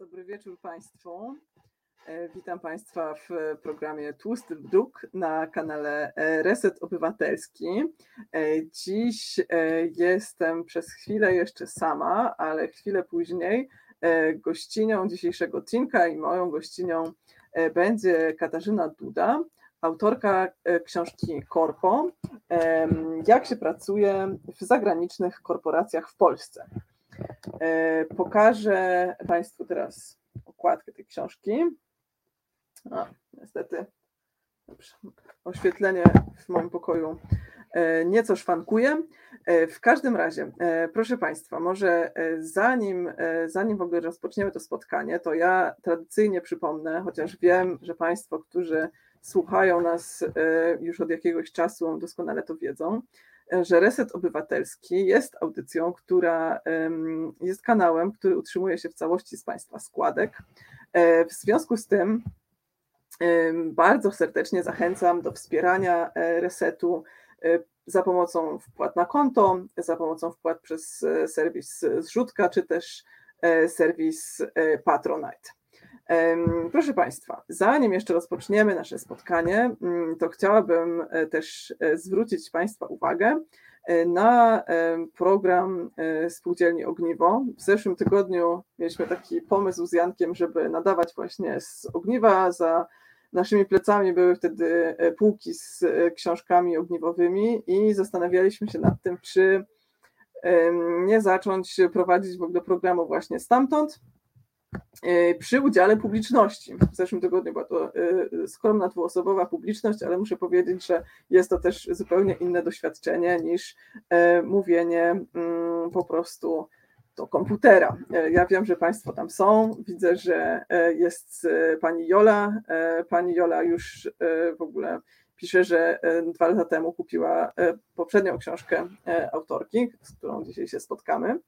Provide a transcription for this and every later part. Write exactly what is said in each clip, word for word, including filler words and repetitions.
Dobry wieczór Państwu. Witam Państwa w programie Tłusty Bruk na kanale Reset Obywatelski. Dziś jestem przez chwilę jeszcze sama, ale chwilę później gościnią dzisiejszego odcinka i moją gościnią będzie Katarzyna Duda, autorka książki Korpo, jak się pracuje w zagranicznych korporacjach w Polsce. Pokażę Państwu teraz okładkę tej książki. A, niestety, dobrze, oświetlenie w moim pokoju nieco szwankuje. W każdym razie, proszę Państwa, może zanim, zanim w ogóle rozpoczniemy to spotkanie, to ja tradycyjnie przypomnę, chociaż wiem, że Państwo, którzy słuchają nas już od jakiegoś czasu, doskonale to wiedzą, że Reset Obywatelski jest audycją, która jest kanałem, który utrzymuje się w całości z Państwa składek. W związku z tym bardzo serdecznie zachęcam do wspierania Resetu za pomocą wpłat na konto, za pomocą wpłat przez serwis Zrzutka, czy też serwis Patronite. Proszę Państwa, zanim jeszcze rozpoczniemy nasze spotkanie, to chciałabym też zwrócić Państwa uwagę na program Spółdzielni Ogniwo. W zeszłym tygodniu mieliśmy taki pomysł z Jankiem, żeby nadawać właśnie z Ogniwa. Za naszymi plecami były wtedy półki z książkami ogniwowymi i zastanawialiśmy się nad tym, czy nie zacząć prowadzić w ogóle programu właśnie stamtąd, przy udziale publiczności. W zeszłym tygodniu była to skromna dwuosobowa publiczność, ale muszę powiedzieć, że jest to też zupełnie inne doświadczenie niż mówienie po prostu do komputera. Ja wiem, że Państwo tam są, widzę, że jest pani Jola. Pani Jola już w ogóle pisze, że dwa lata temu kupiła poprzednią książkę autorki, z którą dzisiaj się spotkamy.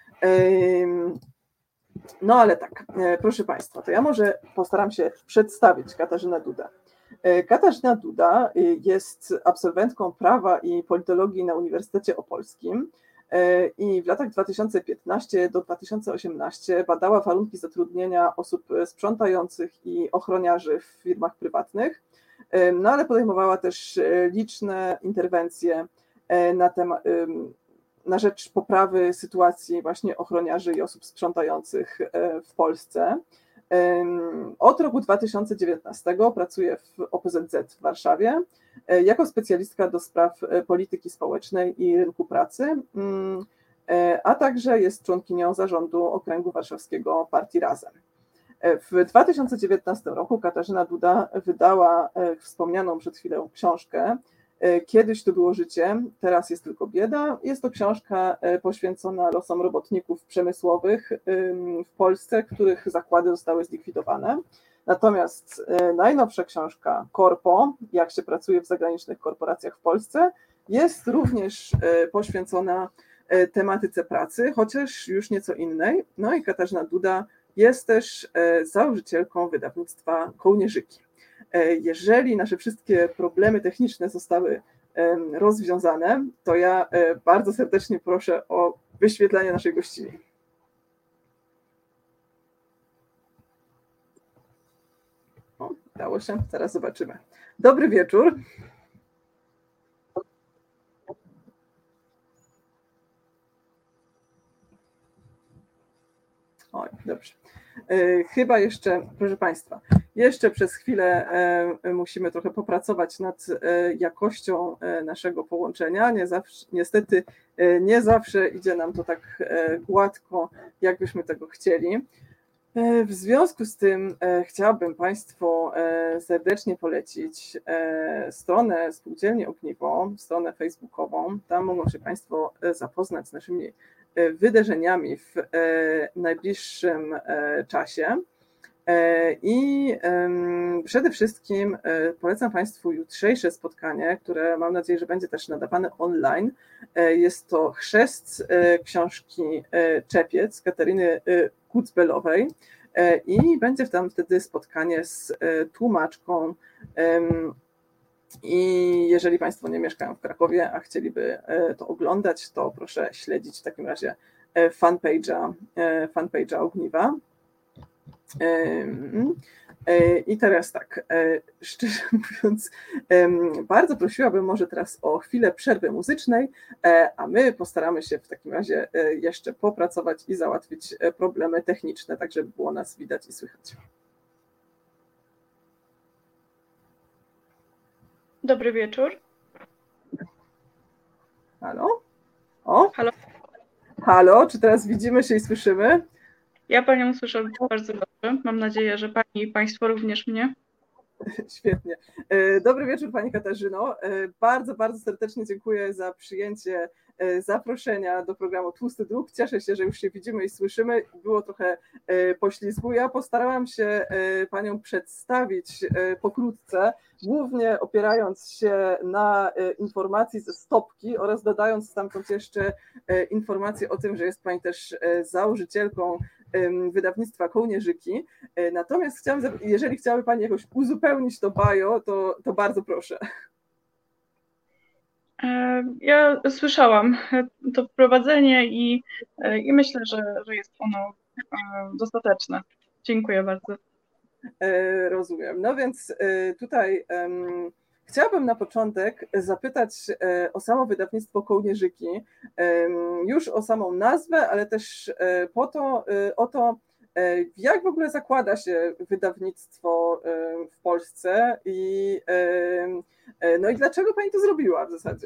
No ale tak, proszę Państwa, to ja może postaram się przedstawić Katarzynę Dudę. Katarzyna Duda jest absolwentką prawa i politologii na Uniwersytecie Opolskim i w latach dwa tysiące piętnastego do dwa tysiące osiemnastego badała warunki zatrudnienia osób sprzątających i ochroniarzy w firmach prywatnych, no ale podejmowała też liczne interwencje na temat na rzecz poprawy sytuacji właśnie ochroniarzy i osób sprzątających w Polsce. Od roku dwa tysiące dziewiętnastego pracuje w O P Z Z w Warszawie jako specjalistka do spraw polityki społecznej i rynku pracy, a także jest członkinią zarządu Okręgu Warszawskiego Partii Razem. W dwa tysiące dziewiętnastym roku Katarzyna Duda wydała wspomnianą przed chwilą książkę Kiedyś to było życie, teraz jest tylko bieda. Jest to książka poświęcona losom robotników przemysłowych w Polsce, których zakłady zostały zlikwidowane. Natomiast najnowsza książka Korpo, jak się pracuje w zagranicznych korporacjach w Polsce, jest również poświęcona tematyce pracy, chociaż już nieco innej. No i Katarzyna Duda jest też założycielką wydawnictwa Kołnierzyki. Jeżeli nasze wszystkie problemy techniczne zostały rozwiązane, to ja bardzo serdecznie proszę o wyświetlenie naszej gościni. O, udało się, zaraz zobaczymy. Dobry wieczór. Oj, dobrze. Chyba jeszcze, proszę Państwa, jeszcze przez chwilę musimy trochę popracować nad jakością naszego połączenia. Nie zawsze, niestety nie zawsze idzie nam to tak gładko, jakbyśmy tego chcieli. W związku z tym chciałabym Państwu serdecznie polecić stronę Spółdzielni Ogniwo, stronę facebookową. Tam mogą się Państwo zapoznać z naszymi wydarzeniami w najbliższym czasie. I przede wszystkim polecam Państwu jutrzejsze spotkanie, które mam nadzieję, że będzie też nadawane online. Jest to chrzest książki Czepiec Kataryny Kucbelowej i będzie tam wtedy spotkanie z tłumaczką. I jeżeli Państwo nie mieszkają w Krakowie, a chcieliby to oglądać, to proszę śledzić w takim razie fanpage'a, fanpage'a Ogniwa. I teraz tak, szczerze mówiąc, bardzo prosiłabym może teraz o chwilę przerwy muzycznej, a my postaramy się w takim razie jeszcze popracować i załatwić problemy techniczne, tak żeby było nas widać i słychać. Dobry wieczór. Halo? O? Halo? Halo, czy teraz widzimy się i słyszymy? Ja Panią słyszę bardzo dobrze. Mam nadzieję, że Pani i Państwo również mnie. Świetnie. Dobry wieczór Pani Katarzyno. Bardzo, bardzo serdecznie dziękuję za przyjęcie zaproszenia do programu Tłusty Druk. Cieszę się, że już się widzimy i słyszymy. Było trochę poślizgu. Ja postarałam się Panią przedstawić pokrótce, głównie opierając się na informacji ze stopki oraz dodając stamtąd jeszcze informacje o tym, że jest Pani też założycielką wydawnictwa Kołnierzyki. Natomiast chciałam, jeżeli chciałaby Pani jakoś uzupełnić to bio, to, to bardzo proszę. Ja słyszałam to wprowadzenie i, i myślę, że, że jest ono dostateczne. Dziękuję bardzo. Rozumiem. No więc tutaj um, chciałabym na początek zapytać o samo wydawnictwo Kołnierzyki, um, już o samą nazwę, ale też po to, o to, jak w ogóle zakłada się wydawnictwo w Polsce i, no i dlaczego Pani to zrobiła w zasadzie?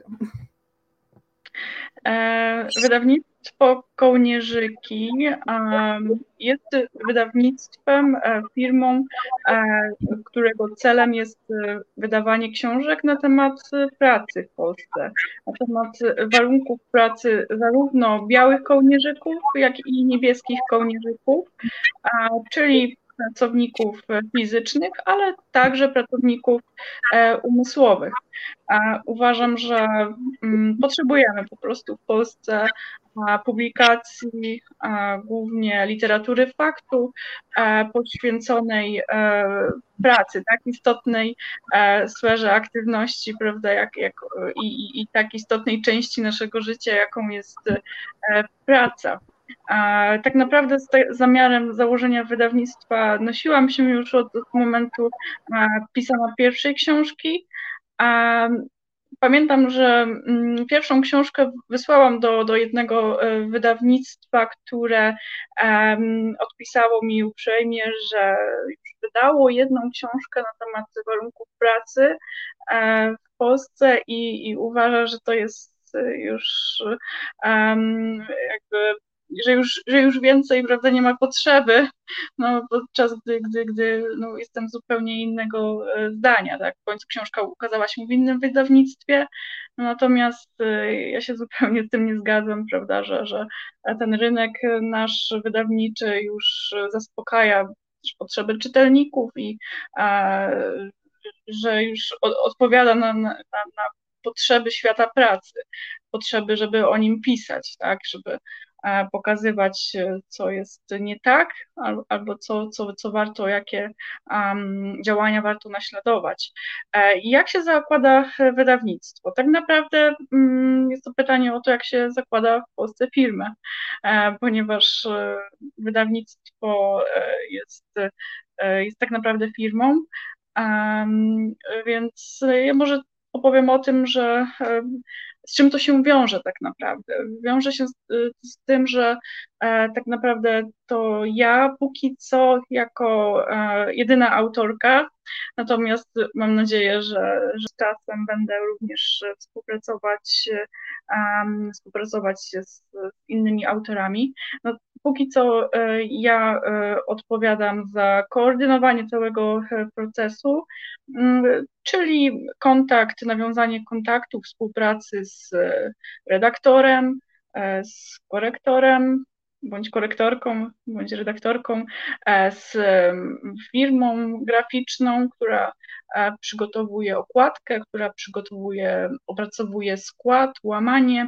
Wydawnictwo Kołnierzyki jest wydawnictwem, firmą, którego celem jest wydawanie książek na temat pracy w Polsce, na temat warunków pracy zarówno białych kołnierzyków, jak i niebieskich kołnierzyków, czyli pracowników fizycznych, ale także pracowników umysłowych. Uważam, że potrzebujemy po prostu w Polsce publikacji, głównie literatury faktu, poświęconej pracy, tak istotnej sferze aktywności, prawda, jak, jak, i, i tak istotnej części naszego życia, jaką jest praca. Tak naprawdę z zamiarem założenia wydawnictwa nosiłam się już od, od momentu pisania pierwszej książki. Pamiętam, że pierwszą książkę wysłałam do, do jednego wydawnictwa, które odpisało mi uprzejmie, że już wydało jedną książkę na temat warunków pracy w Polsce i, i uważa, że to jest już jakby że już, że już więcej, prawda, nie ma potrzeby, no, podczas gdy, gdy, gdy no, jestem zupełnie innego zdania, tak, w końcu książka ukazała się w innym wydawnictwie, no, natomiast ja się zupełnie z tym nie zgadzam, prawda, że, że ten rynek nasz wydawniczy już zaspokaja potrzeby czytelników i a, że już odpowiada na, na, na potrzeby świata pracy, potrzeby, żeby o nim pisać, tak, żeby pokazywać, co jest nie tak, albo co, co, co warto, jakie um, działania warto naśladować. I jak się zakłada wydawnictwo? Tak naprawdę um, jest to pytanie o to, jak się zakłada w Polsce firmę, ponieważ wydawnictwo jest, jest tak naprawdę firmą, um, więc ja może opowiem o tym, że z czym to się wiąże tak naprawdę. Wiąże się z, z tym, że e, tak naprawdę to ja póki co jako e, jedyna autorka, natomiast mam nadzieję, że, że z czasem będę również współpracować, um, współpracować z, z innymi autorami. No, póki co e, ja e, odpowiadam za koordynowanie całego procesu, czyli kontakt, nawiązanie kontaktu, współpracy z redaktorem, z korektorem, bądź korektorką, bądź redaktorką, z firmą graficzną, która przygotowuje okładkę, która przygotowuje, opracowuje skład, łamanie.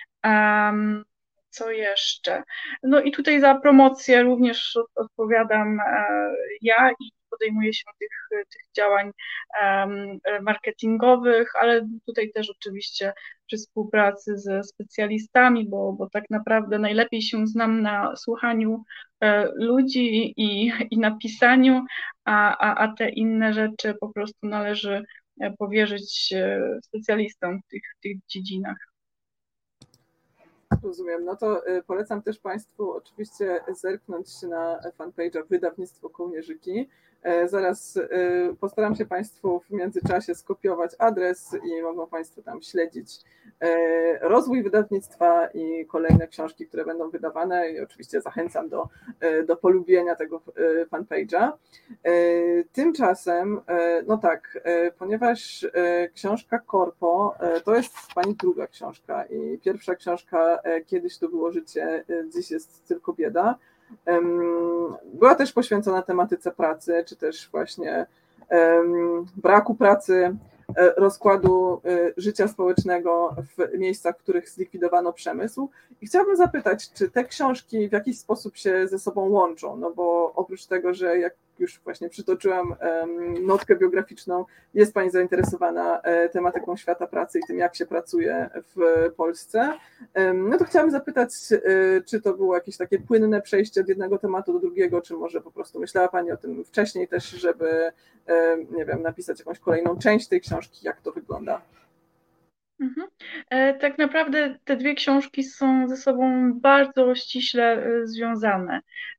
Co jeszcze? No i tutaj za promocję również odpowiadam ja i podejmuje się tych, tych działań marketingowych, ale tutaj też oczywiście przy współpracy ze specjalistami, bo, bo tak naprawdę najlepiej się znam na słuchaniu ludzi i, i na pisaniu, a, a, a te inne rzeczy po prostu należy powierzyć specjalistom w tych, w tych dziedzinach. Rozumiem. No to polecam też Państwu oczywiście zerknąć na fanpage'a Wydawnictwo Kołnierzyki. Zaraz postaram się Państwu w międzyczasie skopiować adres i mogą Państwo tam śledzić rozwój wydawnictwa i kolejne książki, które będą wydawane i oczywiście zachęcam do, do polubienia tego fanpage'a. Tymczasem, no tak, ponieważ książka Korpo to jest Pani druga książka i pierwsza książka Kiedyś to było życie, dziś jest tylko bieda. Była też poświęcona tematyce pracy, czy też właśnie braku pracy, rozkładu życia społecznego w miejscach, w których zlikwidowano przemysł. I chciałabym zapytać, czy te książki w jakiś sposób się ze sobą łączą? No bo oprócz tego, że jak już właśnie przytoczyłam notkę biograficzną, jest Pani zainteresowana tematyką świata pracy i tym, jak się pracuje w Polsce, no to chciałabym zapytać, czy to było jakieś takie płynne przejście od jednego tematu do drugiego, czy może po prostu myślała Pani o tym wcześniej też, żeby, nie wiem, napisać jakąś kolejną część tej książki, jak to wygląda? Mhm. Tak naprawdę te dwie książki są ze sobą bardzo ściśle związane.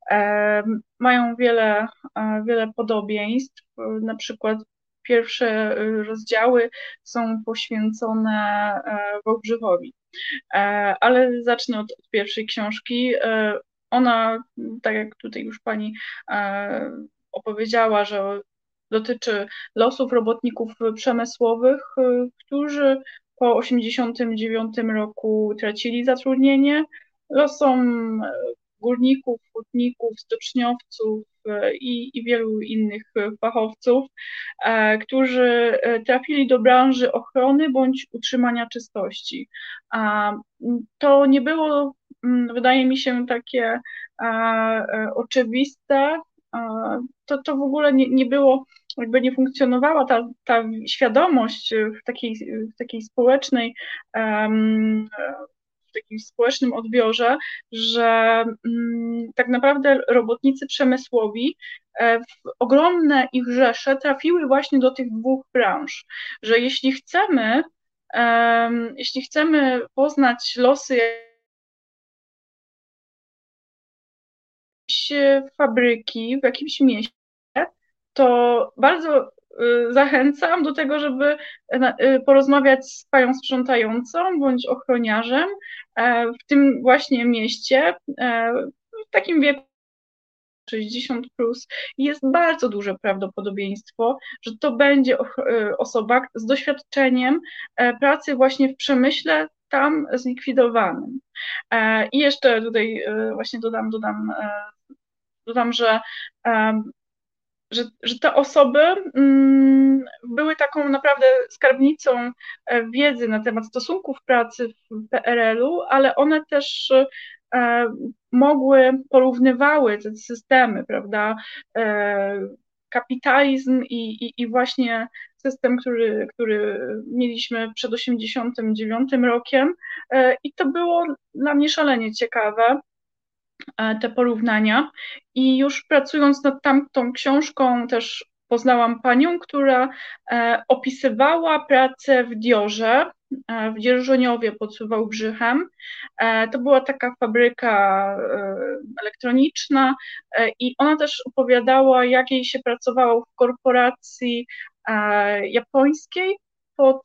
Mają wiele, wiele podobieństw. Na przykład pierwsze rozdziały są poświęcone Wałbrzychowi. Ale zacznę od pierwszej książki. Ona, tak jak tutaj już Pani opowiedziała, że dotyczy losów robotników przemysłowych, którzy po osiemdziesiątym dziewiątym roku tracili zatrudnienie, losom górników, hutników, stoczniowców i, i wielu innych fachowców, którzy trafili do branży ochrony bądź utrzymania czystości. To nie było, wydaje mi się, takie oczywiste. To, to w ogóle nie, nie było, jakby nie funkcjonowała ta, ta świadomość w takiej, w takiej społecznej, w takim społecznym odbiorze, że tak naprawdę robotnicy przemysłowi w ogromne ich rzesze trafiły właśnie do tych dwóch branż, że jeśli chcemy, jeśli chcemy poznać losy fabryki w jakimś mieście, to bardzo zachęcam do tego, żeby porozmawiać z panią sprzątającą bądź ochroniarzem w tym właśnie mieście, w takim wieku sześćdziesiąt plus, jest bardzo duże prawdopodobieństwo, że to będzie osoba z doświadczeniem pracy właśnie w przemyśle tam zlikwidowanym. I jeszcze tutaj właśnie dodam, dodam, dodam, że Że, że te osoby były taką naprawdę skarbnicą wiedzy na temat stosunków pracy w P R L-u, ale one też mogły, porównywały te systemy, prawda, kapitalizm i, i, i właśnie system, który, który mieliśmy przed osiemdziesiątym dziewiątym rokiem i to było dla mnie szalenie ciekawe, te porównania i już pracując nad tamtą książką też poznałam panią, która opisywała pracę w Diorze, w Dzierżoniowie pod Wałbrzychem. To była taka fabryka elektroniczna i ona też opowiadała, jak jej się pracowało w korporacji japońskiej pod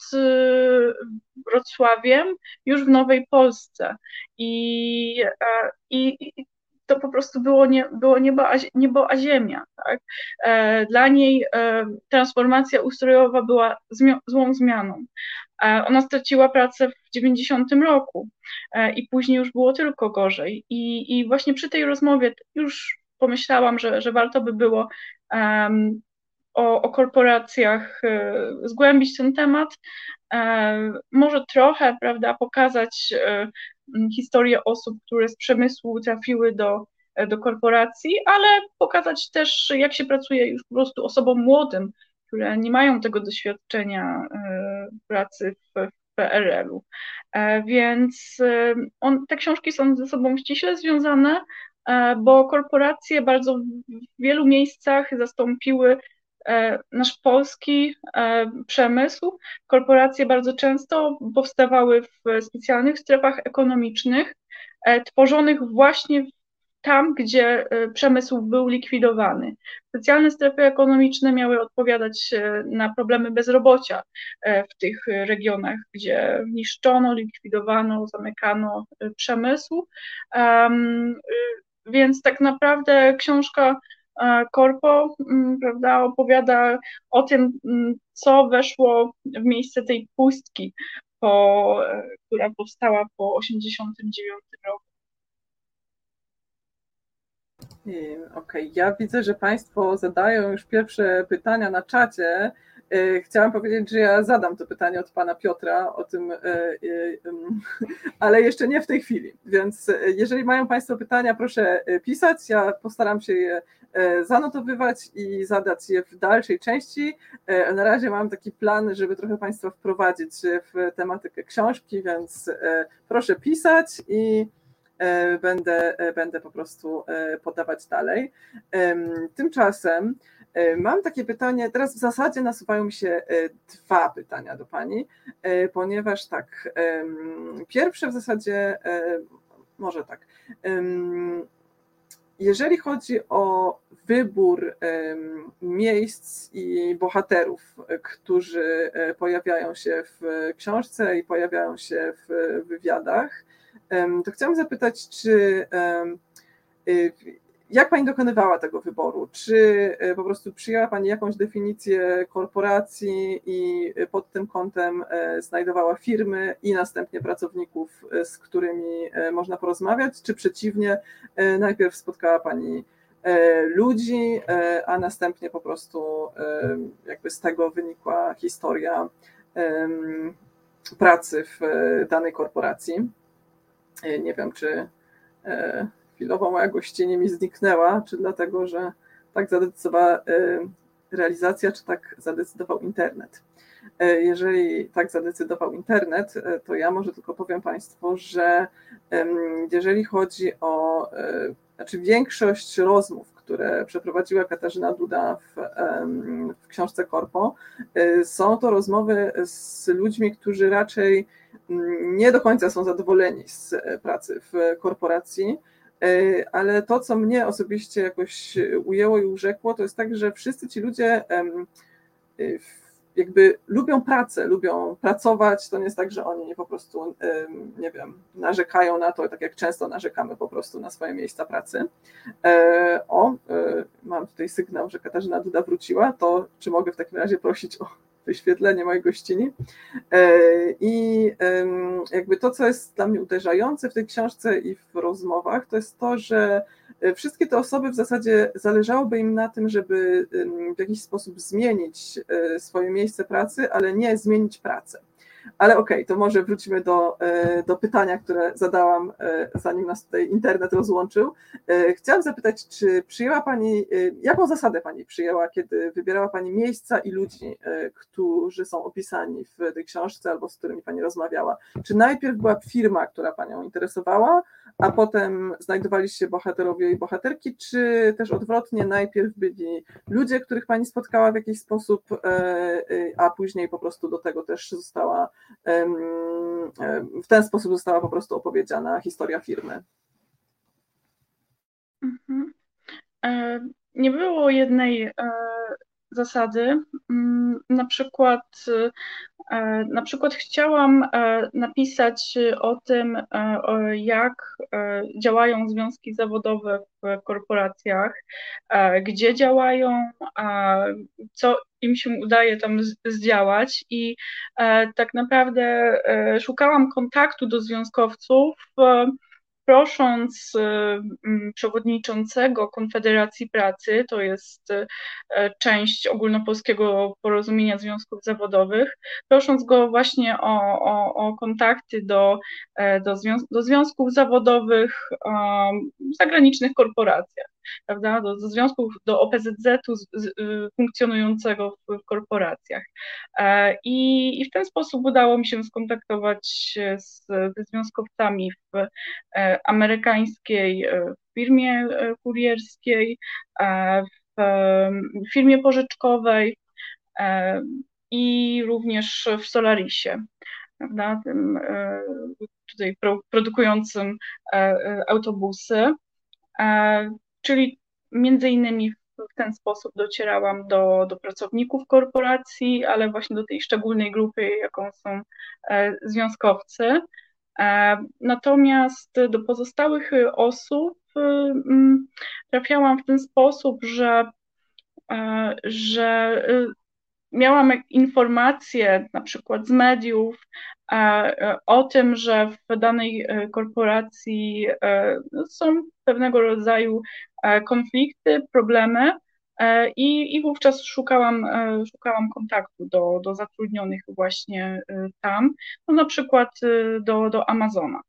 Wrocławiem, już w Nowej Polsce. I, i, i to po prostu było, nie, było niebo, a, niebo a ziemia. Tak? Dla niej transformacja ustrojowa była zmio- złą zmianą. Ona straciła pracę w dziewięćdziesiątym roku i później już było tylko gorzej. I, i właśnie przy tej rozmowie już pomyślałam, że, że warto by było um, o, o korporacjach zgłębić ten temat, może trochę, prawda, pokazać historię osób, które z przemysłu trafiły do, do korporacji, ale pokazać też, jak się pracuje już po prostu osobom młodym, które nie mają tego doświadczenia pracy w P R L-u. Więc on, te książki są ze sobą ściśle związane, bo korporacje bardzo w wielu miejscach zastąpiły nasz polski przemysł. Korporacje bardzo często powstawały w specjalnych strefach ekonomicznych, tworzonych właśnie tam, gdzie przemysł był likwidowany. Specjalne strefy ekonomiczne miały odpowiadać na problemy bezrobocia w tych regionach, gdzie niszczono, likwidowano, zamykano przemysł. Więc tak naprawdę książka Korpo, prawda, opowiada o tym, co weszło w miejsce tej pustki, po, która powstała po osiemdziesiątym dziewiątym roku. Okej, okay. Ja widzę, że Państwo zadają już pierwsze pytania na czacie. Chciałam powiedzieć, że ja zadam to pytanie od Pana Piotra o tym, ale jeszcze nie w tej chwili. Więc jeżeli mają Państwo pytania, proszę pisać. Ja postaram się je zanotowywać i zadać je w dalszej części. Na razie mam taki plan, żeby trochę Państwa wprowadzić w tematykę książki, więc proszę pisać i Będę, będę po prostu podawać dalej. Tymczasem mam takie pytanie, teraz w zasadzie nasuwają mi się dwa pytania do Pani, ponieważ tak, pierwsze w zasadzie, może tak, jeżeli chodzi o wybór miejsc i bohaterów, którzy pojawiają się w książce i pojawiają się w wywiadach, to chciałam zapytać, czy jak Pani dokonywała tego wyboru? Czy po prostu przyjęła Pani jakąś definicję korporacji i pod tym kątem znajdowała firmy i następnie pracowników, z którymi można porozmawiać, czy przeciwnie, najpierw spotkała Pani ludzi, a następnie po prostu jakby z tego wynikła historia pracy w danej korporacji? Nie wiem, czy chwilowo moja gościni mi zniknęła, czy dlatego, że tak zadecydowała realizacja, czy tak zadecydował internet. Jeżeli tak zadecydował internet, to ja może tylko powiem Państwu, że jeżeli chodzi o, znaczy większość rozmów, które przeprowadziła Katarzyna Duda w, w książce Korpo, są to rozmowy z ludźmi, którzy raczej nie do końca są zadowoleni z pracy w korporacji, ale to, co mnie osobiście jakoś ujęło i urzekło, to jest tak, że wszyscy ci ludzie jakby lubią pracę, lubią pracować, to nie jest tak, że oni po prostu, nie wiem, narzekają na to, tak jak często narzekamy po prostu na swoje miejsca pracy. O, mam tutaj sygnał, że Katarzyna Duda wróciła, to czy mogę w takim razie prosić o wyświetlenie mojej gościni. I jakby to, co jest dla mnie uderzające w tej książce i w rozmowach, to jest to, że wszystkie te osoby w zasadzie zależałoby im na tym, żeby w jakiś sposób zmienić swoje miejsce pracy, ale nie zmienić pracę. Ale okej, okay, to może wrócimy do, do pytania, które zadałam, zanim nas tutaj internet rozłączył. Chciałam zapytać, czy przyjęła Pani, jaką zasadę Pani przyjęła, kiedy wybierała Pani miejsca i ludzi, którzy są opisani w tej książce albo z którymi Pani rozmawiała? Czy najpierw była firma, która Panią interesowała, a potem znajdowali się bohaterowie i bohaterki, czy też odwrotnie, najpierw byli ludzie, których Pani spotkała w jakiś sposób, a później po prostu do tego też została, w ten sposób została po prostu opowiedziana historia firmy? Mhm. Nie było jednej zasady. Na przykład, na przykład chciałam napisać o tym, jak działają związki zawodowe w korporacjach, gdzie działają, co im się udaje tam zdziałać i tak naprawdę szukałam kontaktu do związkowców prosząc przewodniczącego Konfederacji Pracy, to jest część Ogólnopolskiego Porozumienia Związków Zawodowych, prosząc go właśnie o, o, o kontakty do, do, związ do związków zawodowych w zagranicznych korporacjach, prawda, do, do związków, do O P Z Z-u z, z, funkcjonującego w, w korporacjach. I, I w ten sposób udało mi się skontaktować z, ze związkowcami w amerykańskiej firmie kurierskiej, w firmie pożyczkowej i również w Solarisie, prawda, tym tutaj produkującym autobusy, czyli między innymi w ten sposób docierałam do, do pracowników korporacji, ale właśnie do tej szczególnej grupy, jaką są związkowcy. Natomiast do pozostałych osób trafiałam w ten sposób, że, że miałam informacje na przykład z mediów o tym, że w danej korporacji są pewnego rodzaju konflikty, problemy i, i wówczas szukałam, szukałam kontaktu do, do zatrudnionych właśnie tam, no na przykład do, do Amazona.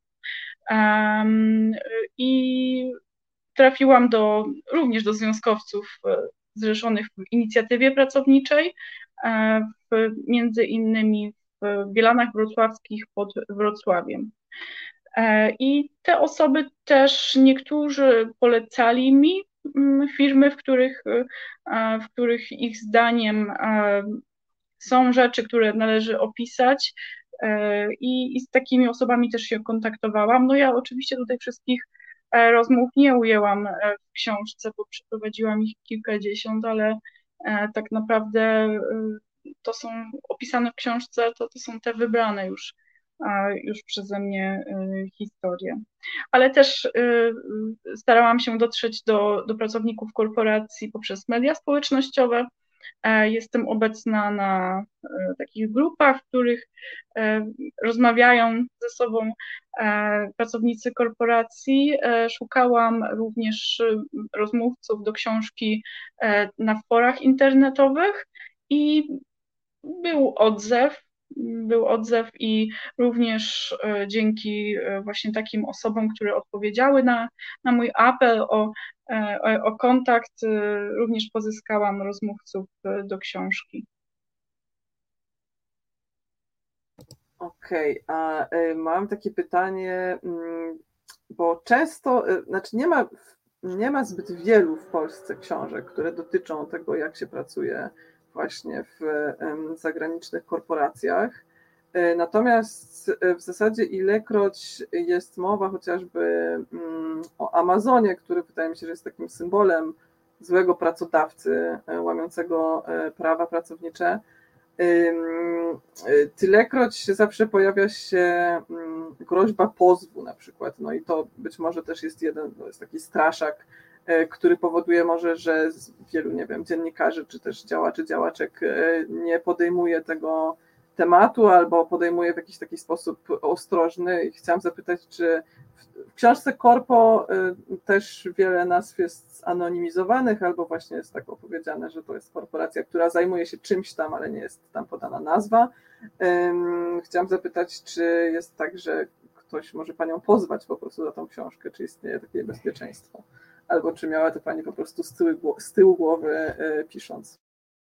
I trafiłam do, również do związkowców zrzeszonych w inicjatywie pracowniczej, w, między innymi w Bielanach Wrocławskich pod Wrocławiem. I te osoby też, niektórzy polecali mi firmy, w których, w których ich zdaniem są rzeczy, które należy opisać, i, i z takimi osobami też się kontaktowałam. No ja oczywiście tutaj wszystkich rozmów nie ujęłam w książce, bo przeprowadziłam ich kilkadziesiąt, ale tak naprawdę to są opisane w książce, to, to są te wybrane już, już przeze mnie historie. Ale też starałam się dotrzeć do, do pracowników korporacji poprzez media społecznościowe. Jestem obecna na takich grupach, w których rozmawiają ze sobą pracownicy korporacji. Szukałam również rozmówców do książki na forach internetowych i był odzew, był odzew i również dzięki właśnie takim osobom, które odpowiedziały na, na mój apel o, o, o kontakt, również pozyskałam rozmówców do książki. Okej, okay, a y, mam takie pytanie, y, bo często, y, znaczy nie ma, nie ma zbyt wielu w Polsce książek, które dotyczą tego, jak się pracuje właśnie w y, zagranicznych korporacjach. Y, natomiast w zasadzie ilekroć jest mowa chociażby y, o Amazonie, który wydaje mi się, że jest takim symbolem złego pracodawcy, y, łamiącego y, prawa pracownicze, tylekroć zawsze pojawia się groźba pozwu na przykład, no i to być może też jest jeden, to jest taki straszak, który powoduje może, że wielu, nie wiem, dziennikarzy czy też działaczy, działaczek nie podejmuje tego tematu albo podejmuje w jakiś taki sposób ostrożny. I chciałam zapytać, czy w książce Korpo też wiele nazw jest zanonimizowanych, albo właśnie jest tak opowiedziane, że to jest korporacja, która zajmuje się czymś tam, ale nie jest tam podana nazwa. Chciałam zapytać, czy jest tak, że ktoś może Panią pozwać po prostu za tą książkę, czy istnieje takie bezpieczeństwo, albo czy miała to Pani po prostu z tyłu, z tyłu głowy pisząc.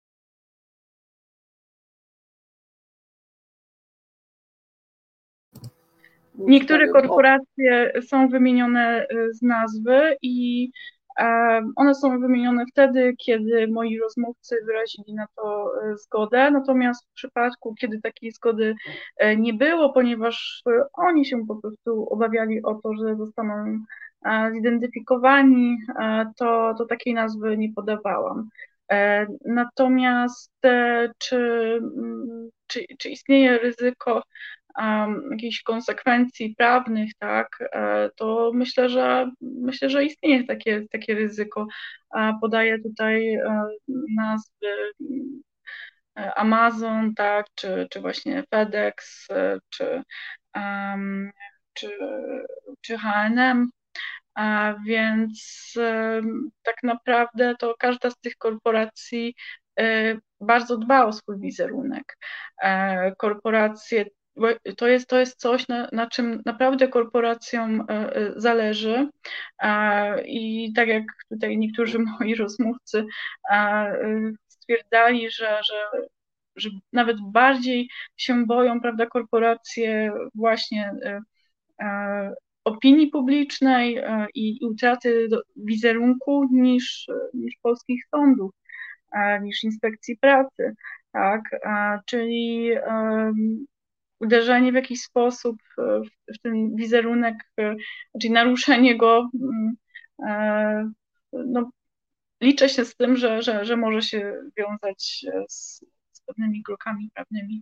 Niektóre korporacje są wymienione z nazwy i one są wymienione wtedy, kiedy moi rozmówcy wyrazili na to zgodę, natomiast w przypadku, kiedy takiej zgody nie było, ponieważ oni się po prostu obawiali o to, że zostaną zidentyfikowani, to, to takiej nazwy nie podawałam. Natomiast czy, czy, czy istnieje ryzyko Um, jakichś konsekwencji prawnych, tak, to myślę, że myślę, że istnieje takie, takie ryzyko. Podaję tutaj nazwy Amazon, tak, czy, czy właśnie FedEx, czy, um, czy, czy H and M. A więc tak naprawdę to każda z tych korporacji bardzo dba o swój wizerunek. Korporacje, to jest, to jest coś, na, na czym naprawdę korporacjom zależy. I tak jak tutaj niektórzy moi rozmówcy stwierdzali, że, że, że nawet bardziej się boją, prawda, korporacje właśnie opinii publicznej i utraty wizerunku niż, niż polskich sądów, niż inspekcji pracy, tak? Czyli um, uderzenie w jakiś sposób w, w ten wizerunek, czyli naruszenie go, no, liczę się z tym, że, że, że może się wiązać z, z pewnymi krokami prawnymi.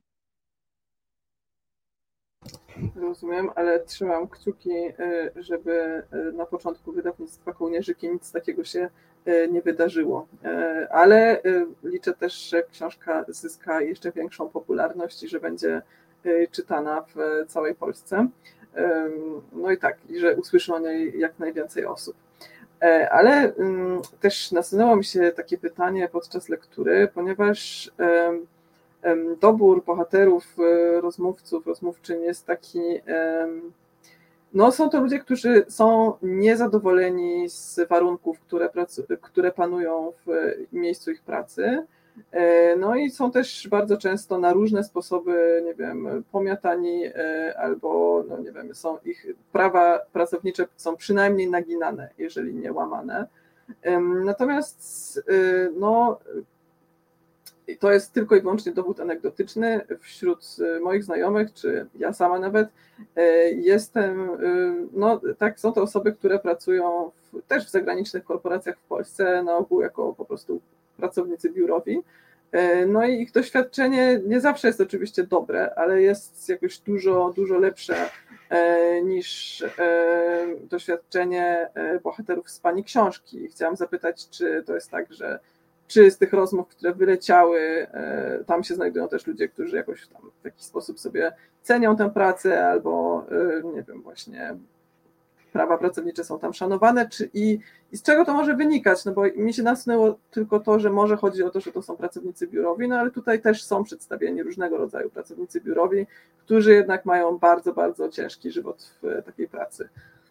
Rozumiem, ale trzymam kciuki, żeby na początku wydawnictwa Kołnierzyki nic takiego się nie wydarzyło. Ale liczę też, że książka zyska jeszcze większą popularność i że będzie czytana w całej Polsce. No i tak, i że usłyszy o niej jak najwięcej osób. Ale też nasunęło mi się takie pytanie podczas lektury, ponieważ dobór bohaterów, rozmówców, rozmówczyń jest taki, no są to ludzie, którzy są niezadowoleni z warunków, które, które panują w miejscu ich pracy, no i są też bardzo często na różne sposoby, nie wiem, pomiatani albo, no nie wiem, są ich prawa pracownicze są przynajmniej naginane, jeżeli nie łamane. Natomiast, no, i to jest tylko i wyłącznie dowód anegdotyczny. Wśród moich znajomych, czy ja sama nawet, jestem, no tak, są to osoby, które pracują w, też w zagranicznych korporacjach w Polsce, na ogół jako po prostu pracownicy biurowi. No i ich doświadczenie nie zawsze jest oczywiście dobre, ale jest jakoś dużo, dużo lepsze niż doświadczenie bohaterów z pani książki. Chciałam zapytać, czy to jest tak, że czy z tych rozmów, które wyleciały, tam się znajdują też ludzie, którzy jakoś tam w jakiś sposób sobie cenią tę pracę albo, nie wiem, właśnie prawa pracownicze są tam szanowane, czy i, i z czego to może wynikać, no bo mi się nasunęło tylko to, że może chodzi o to, że to są pracownicy biurowi, no ale tutaj też są przedstawieni różnego rodzaju pracownicy biurowi, którzy jednak mają bardzo, bardzo ciężki żywot w takiej pracy.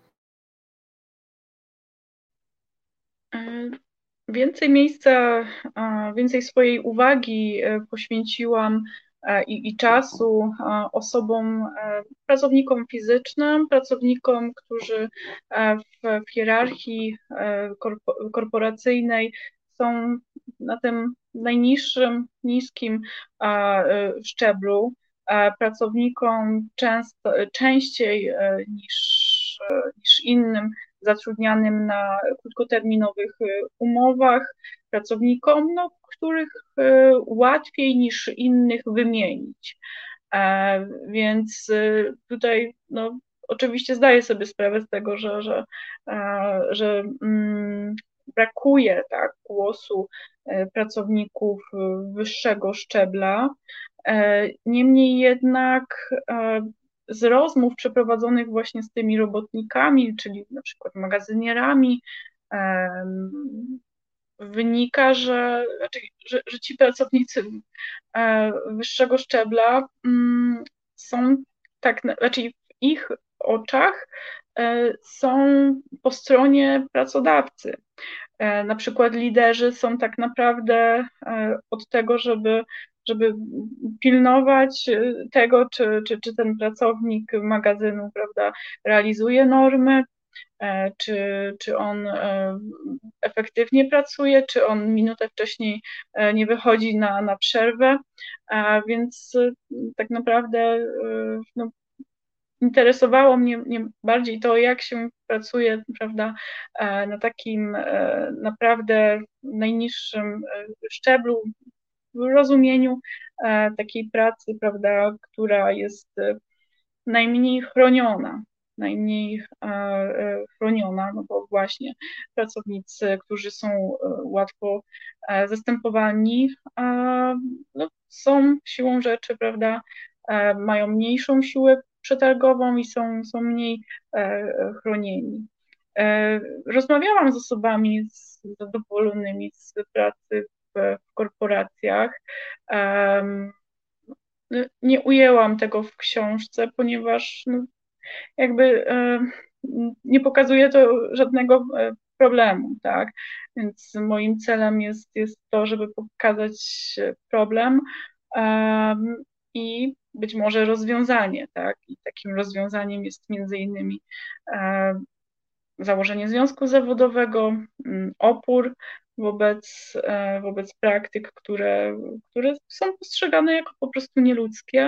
Więcej miejsca, więcej swojej uwagi poświęciłam i, i czasu osobom, pracownikom fizycznym, pracownikom, którzy w, w hierarchii korporacyjnej są na tym najniższym, niskim szczeblu, pracownikom często, częściej niż, niż innym zatrudnianym na krótkoterminowych umowach, pracownikom, no, których łatwiej niż innych wymienić. Więc tutaj no, oczywiście zdaję sobie sprawę z tego, że, że, że mm, brakuje tak, głosu pracowników wyższego szczebla. Niemniej jednak z rozmów przeprowadzonych właśnie z tymi robotnikami, czyli na przykład magazynierami, wynika, że, że, że ci pracownicy wyższego szczebla są tak, znaczy w ich oczach są po stronie pracodawcy. Na przykład liderzy są tak naprawdę od tego, żeby żeby pilnować tego, czy, czy, czy ten pracownik magazynu, prawda, realizuje normy, czy, czy on efektywnie pracuje, czy on minutę wcześniej nie wychodzi na, na przerwę, więc tak naprawdę no, interesowało mnie, mnie bardziej to, jak się pracuje, prawda, na takim naprawdę najniższym szczeblu, w rozumieniu takiej pracy, prawda, która jest najmniej chroniona, najmniej chroniona, no bo właśnie pracownicy, którzy są łatwo zastępowani, no, są siłą rzeczy, prawda, mają mniejszą siłę przetargową i są, są mniej chronieni. Rozmawiałam z osobami zadowolonymi z pracy w, w korporacjach. Nie ujęłam tego w książce, ponieważ no, jakby nie pokazuje to żadnego problemu, tak? Więc moim celem jest, jest to, żeby pokazać problem um, i być może rozwiązanie, tak? I takim rozwiązaniem jest między innymi um, założenie związku zawodowego, um, opór wobec, um, wobec praktyk, które, które są postrzegane jako po prostu nieludzkie.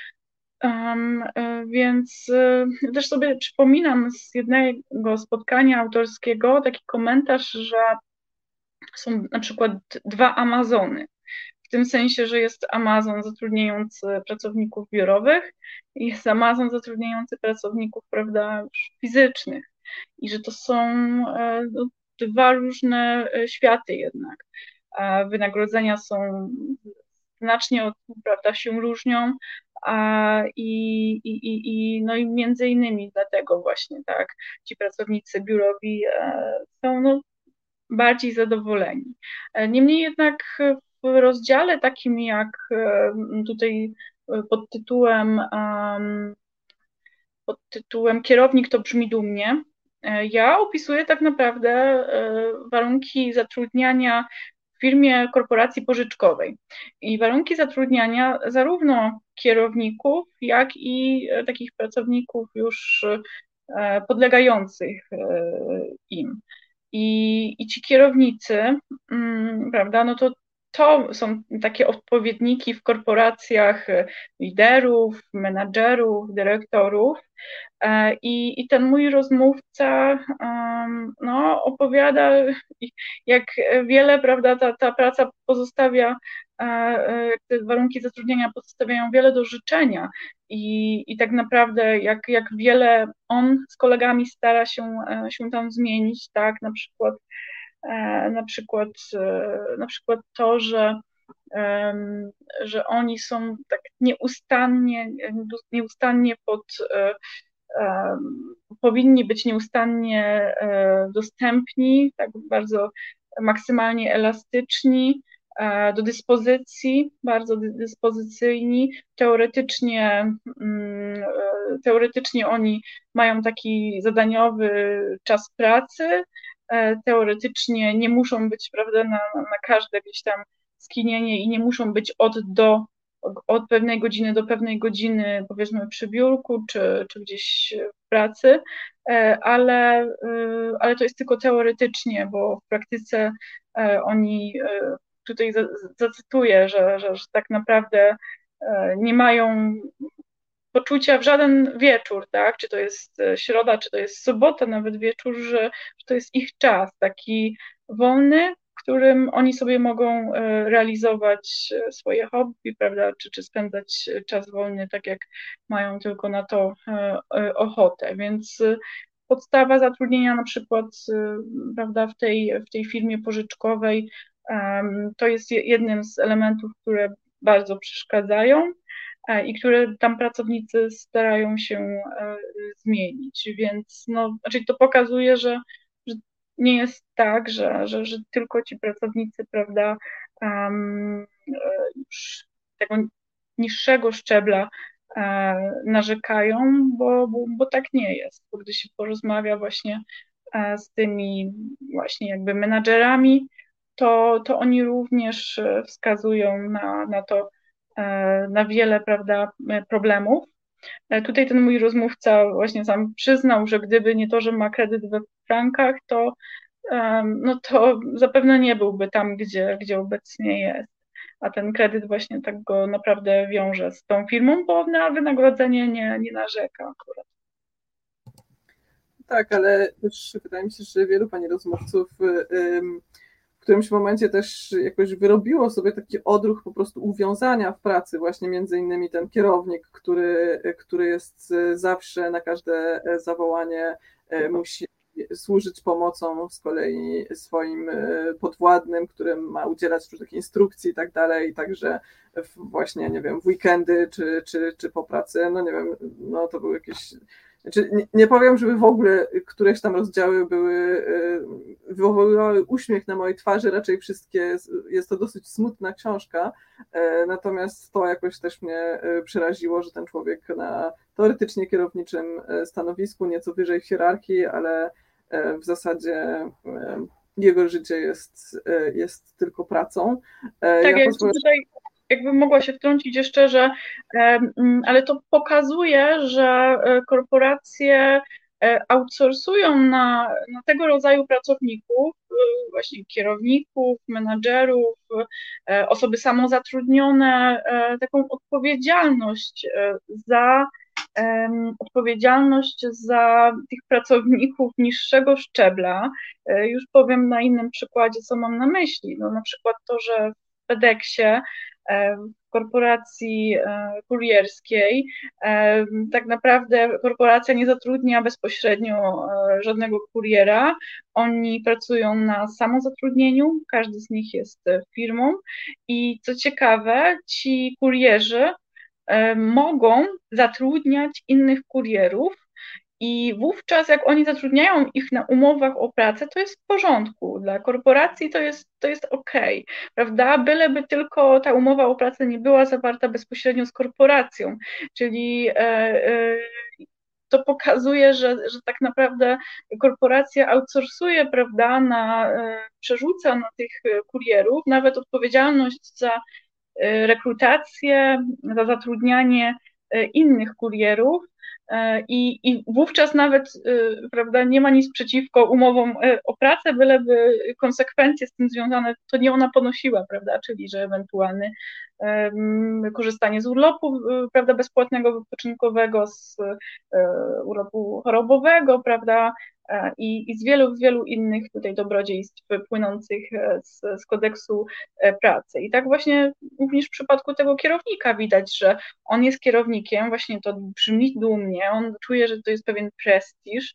Um, więc y, też sobie przypominam z jednego spotkania autorskiego taki komentarz, że są na przykład dwa Amazony. W tym sensie, że jest Amazon zatrudniający pracowników biurowych i jest Amazon zatrudniający pracowników, prawda, już fizycznych. I że to są e, no, dwa różne światy jednak. E, wynagrodzenia są znacznie od, prawda, się różnią. A, i, i, i, no i między innymi dlatego właśnie tak ci pracownicy biurowi e, są no, bardziej zadowoleni. E, Niemniej jednak w rozdziale takim jak e, tutaj pod tytułem um, pod tytułem Kierownik to brzmi dumnie, e, ja opisuję tak naprawdę e, warunki zatrudniania w firmie korporacji pożyczkowej. I warunki zatrudniania zarówno kierowników, jak i e, takich pracowników już e, podlegających e, im. I, i ci kierownicy, mm, prawda, no to to są takie odpowiedniki w korporacjach liderów, menadżerów, dyrektorów. I, i ten mój rozmówca um, no, opowiada, jak wiele, prawda, ta, ta praca pozostawia, te warunki zatrudnienia pozostawiają wiele do życzenia i, i tak naprawdę jak, jak wiele on z kolegami stara się, się tam zmienić, tak, na przykład na przykład, na przykład to, że że oni są tak nieustannie, nieustannie pod, powinni być nieustannie dostępni, tak bardzo maksymalnie elastyczni, do dyspozycji, bardzo dyspozycyjni. Teoretycznie, teoretycznie oni mają taki zadaniowy czas pracy, teoretycznie nie muszą być, prawda, na, na każde gdzieś tam skinienie i nie muszą być od do, od pewnej godziny do pewnej godziny, powiedzmy przy biurku czy, czy gdzieś w pracy, ale, ale to jest tylko teoretycznie, bo w praktyce oni, tutaj zacytuję, że, że, że tak naprawdę nie mają poczucia w żaden wieczór, tak? Czy to jest środa, czy to jest sobota, nawet wieczór, że, że to jest ich czas, taki wolny, w którym oni sobie mogą realizować swoje hobby, prawda, czy, czy spędzać czas wolny tak, jak mają tylko na to ochotę. Więc podstawa zatrudnienia na przykład, prawda, w tej, w tej firmie pożyczkowej to jest jednym z elementów, które bardzo przeszkadzają i które tam pracownicy starają się zmienić, więc no, znaczy to pokazuje, że, że nie jest tak, że, że, że tylko ci pracownicy, prawda, um, już tego niższego szczebla narzekają, bo, bo, bo tak nie jest, bo gdy się porozmawia właśnie z tymi właśnie jakby menadżerami, to, to oni również wskazują na, na to, na wiele, prawda, problemów. Tutaj ten mój rozmówca właśnie sam przyznał, że gdyby nie to, że ma kredyt we frankach, to, no to zapewne nie byłby tam, gdzie, gdzie obecnie jest. A ten kredyt właśnie tak go naprawdę wiąże z tą firmą, bo na wynagrodzenie nie, nie narzeka akurat. Tak, ale też wydaje mi się, że wielu pani rozmówców w którymś momencie też jakoś wyrobiło sobie taki odruch po prostu uwiązania w pracy, właśnie między innymi ten kierownik, który, który jest zawsze na każde zawołanie musi służyć pomocą z kolei swoim podwładnym, którym ma udzielać różnych instrukcji i tak dalej, i także właśnie, nie wiem, w weekendy czy, czy, czy po pracy, no nie wiem, no to były jakieś... Znaczy, nie, nie powiem, żeby w ogóle któreś tam rozdziały były, wywoływały uśmiech na mojej twarzy, raczej wszystkie, jest to dosyć smutna książka, natomiast to jakoś też mnie przeraziło, że ten człowiek na teoretycznie kierowniczym stanowisku, nieco wyżej w hierarchii, ale w zasadzie jego życie jest, jest tylko pracą. Tak, ja pozwolę... tutaj jakbym mogła się wtrącić jeszcze, że ale to pokazuje, że korporacje outsourcują na, na tego rodzaju pracowników, właśnie kierowników, menadżerów, osoby samozatrudnione, taką odpowiedzialność za odpowiedzialność za tych pracowników niższego szczebla. Już powiem na innym przykładzie, co mam na myśli. No, na przykład to, że w FedExie, w korporacji kurierskiej, tak naprawdę korporacja nie zatrudnia bezpośrednio żadnego kuriera. Oni pracują na samozatrudnieniu, każdy z nich jest firmą i co ciekawe, ci kurierzy mogą zatrudniać innych kurierów i wówczas jak oni zatrudniają ich na umowach o pracę, to jest w porządku. Dla korporacji to jest, to jest okej, prawda? Byleby tylko ta umowa o pracę nie była zawarta bezpośrednio z korporacją, czyli e, e, to pokazuje, że, że tak naprawdę korporacja outsourcuje, prawda, na, e, przerzuca na tych kurierów nawet odpowiedzialność za rekrutację, za zatrudnianie innych kurierów i, i wówczas nawet, prawda, nie ma nic przeciwko umowom o pracę, byleby konsekwencje z tym związane to nie ona ponosiła, prawda, czyli że ewentualne um, korzystanie z urlopu, prawda, bezpłatnego, wypoczynkowego, z um, urlopu chorobowego, prawda, I, i z wielu, wielu innych tutaj dobrodziejstw płynących z, z kodeksu pracy. I tak właśnie również w przypadku tego kierownika widać, że on jest kierownikiem, właśnie to brzmi dumnie, on czuje, że to jest pewien prestiż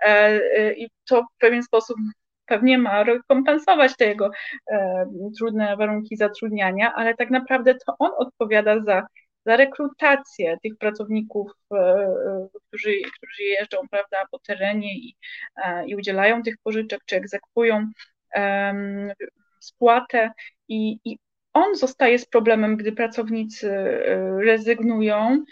i to w pewien sposób pewnie ma rekompensować te jego trudne warunki zatrudniania, ale tak naprawdę to on odpowiada za za rekrutację tych pracowników, którzy, którzy jeżdżą, prawda, po terenie i, i udzielają tych pożyczek, czy egzekwują um, spłatę i, i on zostaje z problemem, gdy pracownicy rezygnują,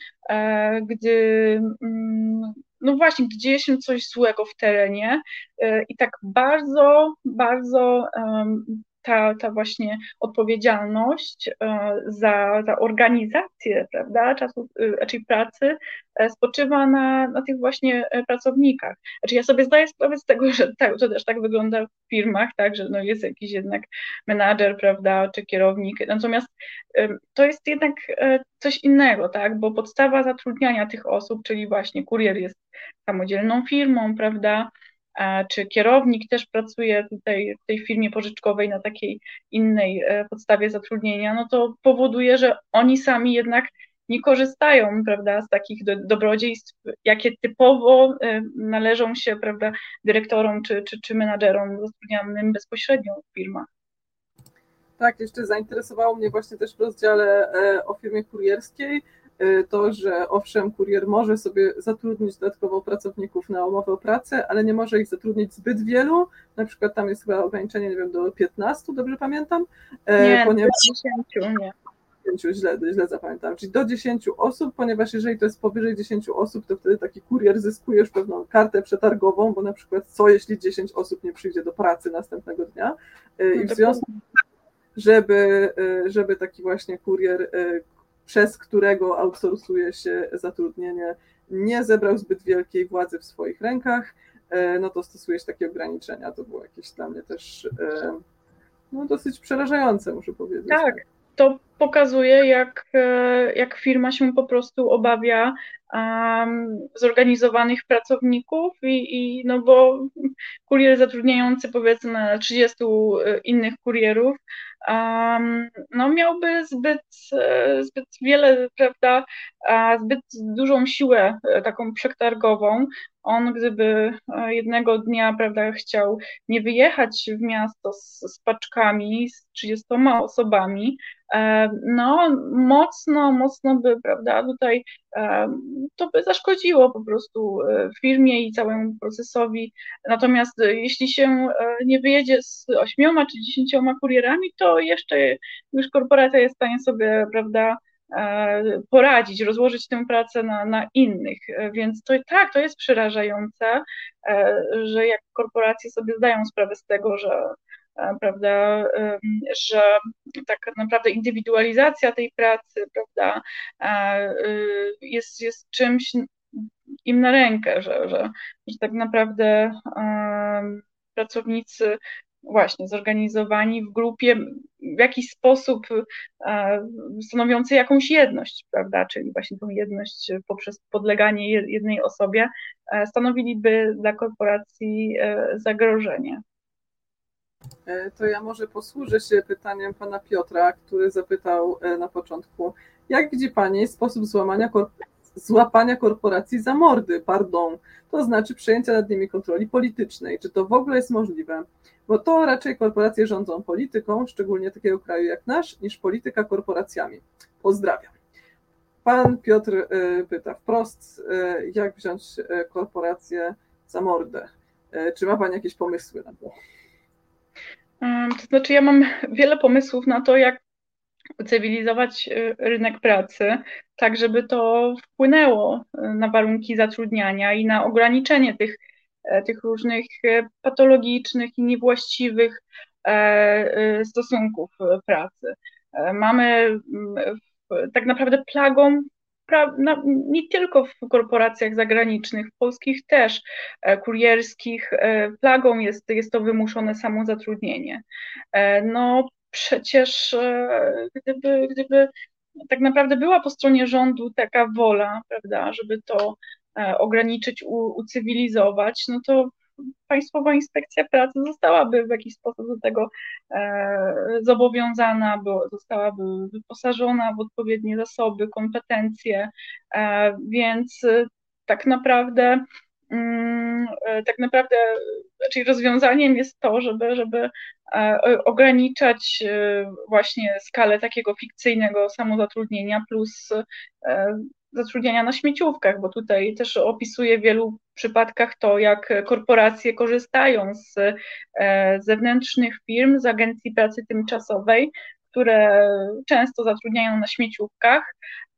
gdy no właśnie, gdy dzieje się coś złego w terenie i tak bardzo, bardzo Ta, ta właśnie odpowiedzialność za, za organizację, prawda, czasu, raczej pracy spoczywa na, na tych właśnie pracownikach. Znaczy ja sobie zdaję sprawę z tego, że tak, to też tak wygląda w firmach, tak, że no jest jakiś jednak menadżer, prawda, czy kierownik, natomiast to jest jednak coś innego, tak, bo podstawa zatrudniania tych osób, czyli właśnie kurier jest samodzielną firmą, prawda, czy kierownik też pracuje tutaj w tej firmie pożyczkowej na takiej innej podstawie zatrudnienia, no to powoduje, że oni sami jednak nie korzystają, prawda, z takich do, dobrodziejstw, jakie typowo należą się, prawda, dyrektorom czy, czy, czy menadżerom zatrudnianym bezpośrednio w firmach. Tak, jeszcze zainteresowało mnie właśnie też w rozdziale o firmie kurierskiej to, że owszem, kurier może sobie zatrudnić dodatkowo pracowników na umowę o pracę, ale nie może ich zatrudnić zbyt wielu, na przykład tam jest chyba ograniczenie, nie wiem, do piętnastu, dobrze pamiętam? Nie, ponieważ... do dziesięciu, nie. Źle, źle zapamiętam, czyli do dziesięciu osób, ponieważ jeżeli to jest powyżej dziesięciu osób, to wtedy taki kurier zyskuje już pewną kartę przetargową, bo na przykład co jeśli dziesięć osób nie przyjdzie do pracy następnego dnia i w związku z tym, żeby, żeby taki właśnie kurier, przez którego outsourcuje się zatrudnienie, nie zebrał zbyt wielkiej władzy w swoich rękach, no to stosuje się takie ograniczenia. To było jakieś dla mnie też no, dosyć przerażające, muszę powiedzieć. Tak, to pokazuje, jak, jak firma się po prostu obawia um, zorganizowanych pracowników i, i no bo kurier zatrudniający powiedzmy trzydziestu innych kurierów um, no miałby zbyt, zbyt wiele, prawda, zbyt dużą siłę taką przetargową. On gdyby jednego dnia, prawda, chciał nie wyjechać w miasto z, z paczkami, z trzydziestoma osobami, no mocno, mocno by, prawda, tutaj to by zaszkodziło po prostu firmie i całemu procesowi. Natomiast jeśli się nie wyjedzie z ośmioma czy dziesięcioma kurierami, to jeszcze już korporacja jest w stanie sobie, prawda, poradzić, rozłożyć tę pracę na, na innych. Więc to tak, to jest przerażające, że jak korporacje sobie zdają sprawę z tego, że prawda, że tak naprawdę indywidualizacja tej pracy, prawda, jest, jest czymś im na rękę, że, że, że tak naprawdę pracownicy właśnie zorganizowani w grupie w jakiś sposób stanowiący jakąś jedność, prawda, czyli właśnie tą jedność poprzez podleganie jednej osobie, stanowiliby dla korporacji zagrożenie. To ja może posłużę się pytaniem pana Piotra, który zapytał na początku, jak widzi pani sposób złamania korporacji, złapania korporacji za mordy, pardon, to znaczy przejęcia nad nimi kontroli politycznej. Czy to w ogóle jest możliwe? Bo to raczej korporacje rządzą polityką, szczególnie takiego kraju jak nasz, niż polityka korporacjami. Pozdrawiam. Pan Piotr pyta wprost, jak wziąć korporację za mordę. Czy ma pani jakieś pomysły na to? To znaczy, ja mam wiele pomysłów na to, jak ucywilizować rynek pracy, tak żeby to wpłynęło na warunki zatrudniania i na ograniczenie tych, tych różnych patologicznych i niewłaściwych stosunków pracy. Mamy tak naprawdę plagą, nie tylko w korporacjach zagranicznych, w polskich też, kurierskich, plagą jest, jest to wymuszone samozatrudnienie. No przecież gdyby, gdyby tak naprawdę była po stronie rządu taka wola, prawda, żeby to ograniczyć, u, ucywilizować, no to Państwowa Inspekcja Pracy zostałaby w jakiś sposób do tego e, zobowiązana, bo zostałaby wyposażona w odpowiednie zasoby, kompetencje, e, więc tak naprawdę mm, tak naprawdę, czyli rozwiązaniem jest to, żeby, żeby ograniczać właśnie skalę takiego fikcyjnego samozatrudnienia plus zatrudniania na śmieciówkach, bo tutaj też opisuje w wielu przypadkach to, jak korporacje korzystają z zewnętrznych firm, z agencji pracy tymczasowej, które często zatrudniają na śmieciówkach.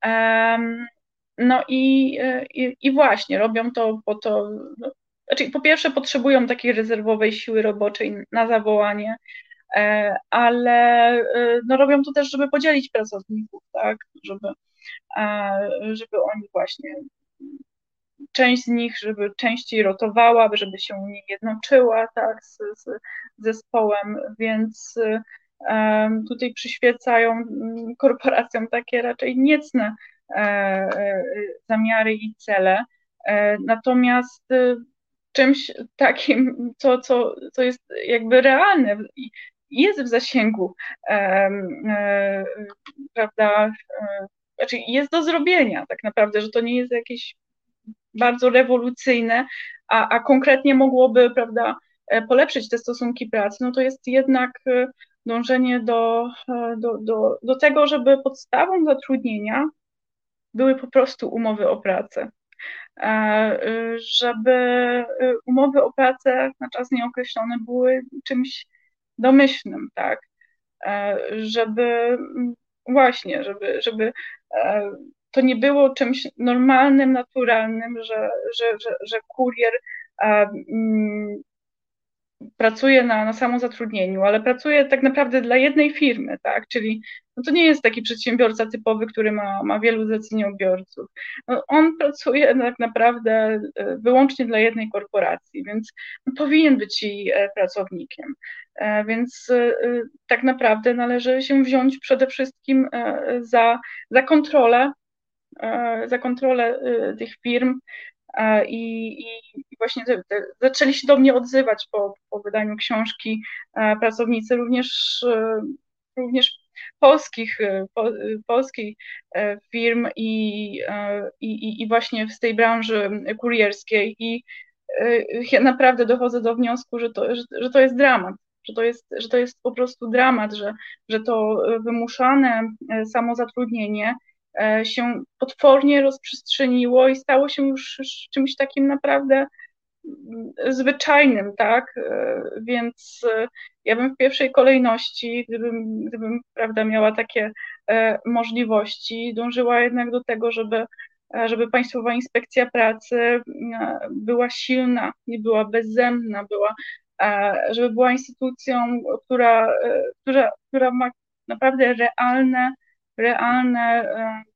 No i, i, i właśnie robią to po to, no, znaczy po pierwsze potrzebują takiej rezerwowej siły roboczej na zawołanie, ale no robią to też, żeby podzielić pracowników, tak, żeby, żeby oni właśnie, część z nich, żeby częściej rotowała, żeby się nie jednoczyła, tak, z, z zespołem, więc tutaj przyświecają korporacjom takie raczej niecne zamiary i cele. Natomiast czymś takim, co, co, co jest jakby realne i jest w zasięgu, prawda, znaczy jest do zrobienia tak naprawdę, że to nie jest jakieś bardzo rewolucyjne, a, a konkretnie mogłoby, prawda, polepszyć te stosunki pracy, no to jest jednak dążenie do, do, do, do tego, żeby podstawą zatrudnienia były po prostu umowy o pracę. Żeby umowy o pracę na czas nieokreślony były czymś domyślnym, tak? Żeby właśnie, żeby, żeby to nie było czymś normalnym, naturalnym, że, że, że, że kurier pracuje na, na samozatrudnieniu, ale pracuje tak naprawdę dla jednej firmy, tak? Czyli no to nie jest taki przedsiębiorca typowy, który ma, ma wielu zleceniobiorców. No, on pracuje tak naprawdę wyłącznie dla jednej korporacji, więc powinien być jej pracownikiem. Więc tak naprawdę należy się wziąć przede wszystkim za, za kontrolę, za kontrolę tych firm, i, i właśnie te, te, zaczęli się do mnie odzywać po, po wydaniu książki pracownicy również, również polskich, po, polskiej firm i, i, i właśnie z tej branży kurierskiej i ja naprawdę dochodzę do wniosku, że to, że, że to jest dramat, że to jest, że to jest po prostu dramat, że, że to wymuszane samozatrudnienie się potwornie rozprzestrzeniło i stało się już czymś takim naprawdę zwyczajnym, tak? Więc ja bym w pierwszej kolejności, gdybym, gdybym prawda, miała takie możliwości, dążyła jednak do tego, żeby, żeby Państwowa Inspekcja Pracy była silna, nie była bezzębna, była, żeby była instytucją, która, która, która ma naprawdę realne, realne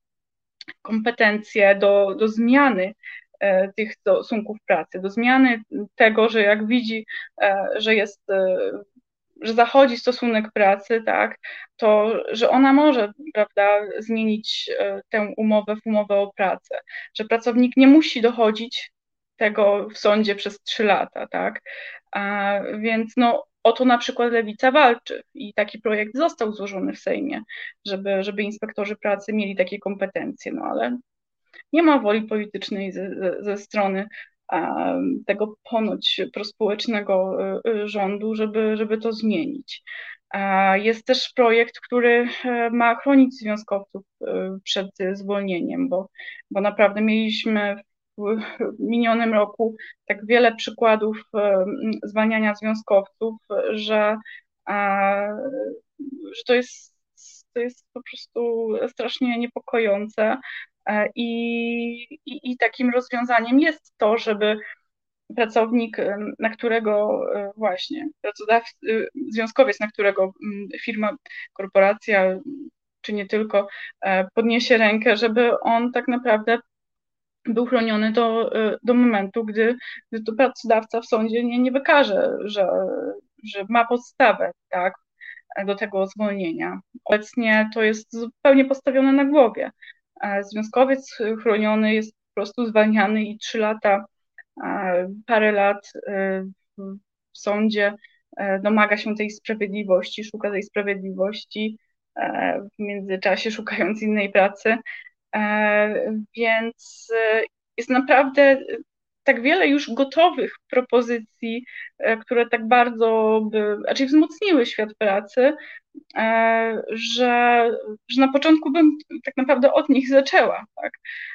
kompetencje do, do zmiany tych stosunków pracy, do zmiany tego, że jak widzi, że jest, że zachodzi stosunek pracy, tak, to że ona może, prawda, zmienić tę umowę w umowę o pracę, że pracownik nie musi dochodzić tego w sądzie przez trzy lata, tak, a więc no o to na przykład Lewica walczy i taki projekt został złożony w Sejmie, żeby, żeby inspektorzy pracy mieli takie kompetencje, no ale nie ma woli politycznej ze, ze, ze strony a, tego ponoć prospołecznego rządu, żeby, żeby to zmienić. A, jest też projekt, który ma chronić związkowców przed zwolnieniem, bo, bo naprawdę mieliśmy w minionym roku tak wiele przykładów zwalniania związkowców, że, że to jest, to jest po prostu strasznie niepokojące. I, i, I takim rozwiązaniem jest to, żeby pracownik, na którego właśnie pracodawca, związkowiec, na którego firma, korporacja, czy nie tylko, podniesie rękę, żeby on tak naprawdę był chroniony do, do momentu, gdy, gdy to pracodawca w sądzie nie, nie wykaże, że, że ma podstawę, tak, do tego zwolnienia. Obecnie to jest zupełnie postawione na głowie. Związkowiec chroniony jest po prostu zwalniany i trzy lata, parę lat w sądzie domaga się tej sprawiedliwości, szuka tej sprawiedliwości, w międzyczasie szukając innej pracy. Więc jest naprawdę tak wiele już gotowych propozycji, które tak bardzo by, raczej wzmocniły świat pracy, że, że na początku bym tak naprawdę od nich zaczęła, tak?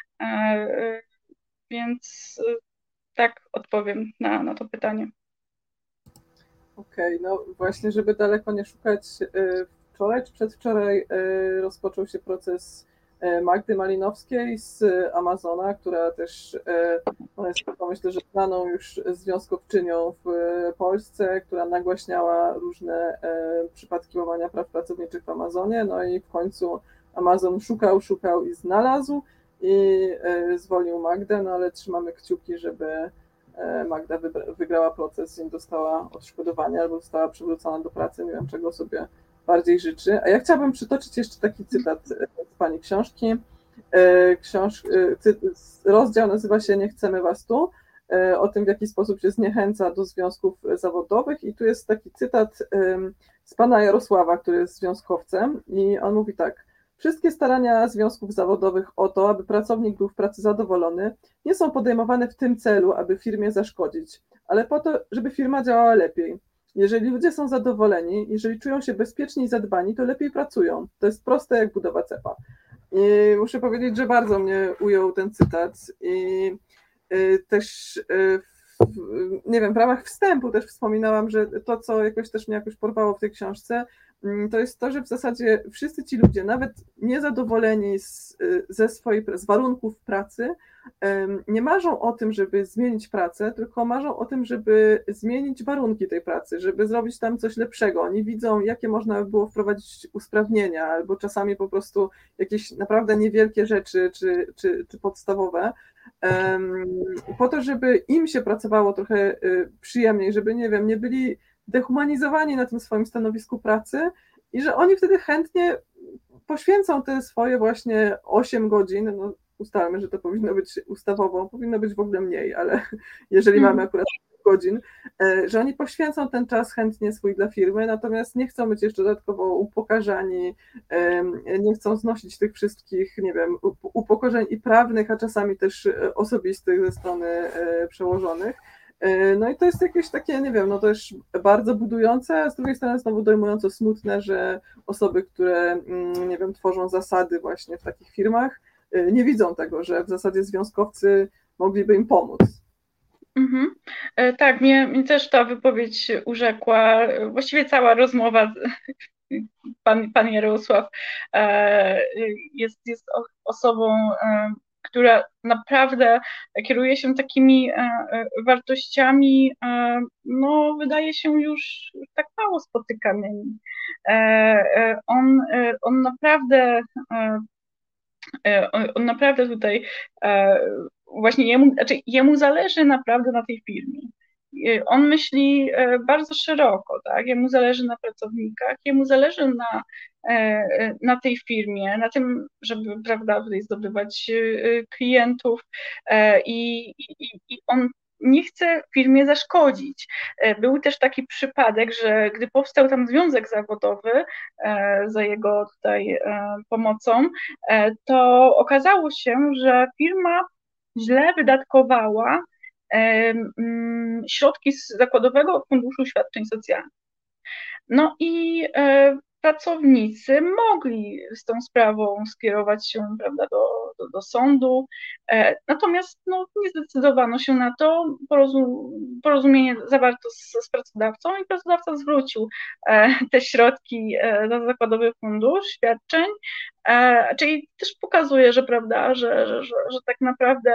Więc tak odpowiem na, na to pytanie. Okej, okay, no właśnie, żeby daleko nie szukać, wczoraj czy przedwczoraj rozpoczął się proces Magdy Malinowskiej z Amazona, która też no jest taką, myślę, że znaną już związkowczynią w Polsce, która nagłaśniała różne przypadki łamania praw pracowniczych w Amazonie, no i w końcu Amazon szukał, szukał i znalazł i zwolnił Magdę, no ale trzymamy kciuki, żeby Magda wygrała proces i dostała odszkodowanie albo została przywrócona do pracy, nie wiem czego sobie bardziej życzy. A ja chciałabym przytoczyć jeszcze taki cytat z pani książki. Książ... Rozdział nazywa się Nie chcemy was tu, o tym, w jaki sposób się zniechęca do związków zawodowych i tu jest taki cytat z pana Jarosława, który jest związkowcem i on mówi tak: wszystkie starania związków zawodowych o to, aby pracownik był w pracy zadowolony, nie są podejmowane w tym celu, aby firmie zaszkodzić, ale po to, żeby firma działała lepiej. Jeżeli ludzie są zadowoleni, jeżeli czują się bezpieczni i zadbani, to lepiej pracują. To jest proste jak budowa cepa. I muszę powiedzieć, że bardzo mnie ujął ten cytat i też nie wiem, w ramach wstępu też wspominałam, że to, co jakoś też mnie jakoś porwało w tej książce, to jest to, że w zasadzie wszyscy ci ludzie, nawet niezadowoleni z, ze swojej, z warunków pracy, nie marzą o tym, żeby zmienić pracę, tylko marzą o tym, żeby zmienić warunki tej pracy, żeby zrobić tam coś lepszego. Oni widzą, jakie można by było wprowadzić usprawnienia, albo czasami po prostu jakieś naprawdę niewielkie rzeczy, czy, czy, czy podstawowe, po to, żeby im się pracowało trochę przyjemniej, żeby, nie wiem, nie byli dehumanizowani na tym swoim stanowisku pracy i że oni wtedy chętnie poświęcą te swoje właśnie osiem godzin, no ustalmy, że to powinno być ustawowo, powinno być w ogóle mniej, ale jeżeli mm. mamy akurat godzin, że oni poświęcą ten czas chętnie swój dla firmy, natomiast nie chcą być jeszcze dodatkowo upokarzani, nie chcą znosić tych wszystkich, nie wiem, upokorzeń i prawnych, a czasami też osobistych ze strony przełożonych. No i to jest jakieś takie, nie wiem, no też bardzo budujące, a z drugiej strony znowu dojmująco smutne, że osoby, które, nie wiem, tworzą zasady właśnie w takich firmach, nie widzą tego, że w zasadzie związkowcy mogliby im pomóc. Mhm. Tak, mnie, mnie też ta wypowiedź urzekła, właściwie cała rozmowa, pan, pan Jarosław jest, jest osobą, która naprawdę kieruje się takimi wartościami, no wydaje się już tak mało spotykanymi. On, on naprawdę on naprawdę tutaj właśnie jemu, znaczy jemu zależy naprawdę na tej firmie. On myśli bardzo szeroko, tak? Jemu zależy na pracownikach, jemu zależy na, na tej firmie, na tym, żeby, prawda, tutaj zdobywać klientów i, i, i on nie chce firmie zaszkodzić. Był też taki przypadek, że gdy powstał tam związek zawodowy za jego tutaj pomocą, to okazało się, że firma źle wydatkowała środki z Zakładowego Funduszu Świadczeń Socjalnych. No i pracownicy mogli z tą sprawą skierować się, prawda, do, do, do sądu, natomiast no, nie zdecydowano się na to, porozum, porozumienie zawarto z, z pracodawcą i pracodawca zwrócił te środki na Zakładowy Fundusz Świadczeń, czyli też pokazuje, że, prawda, że, że, że, że tak naprawdę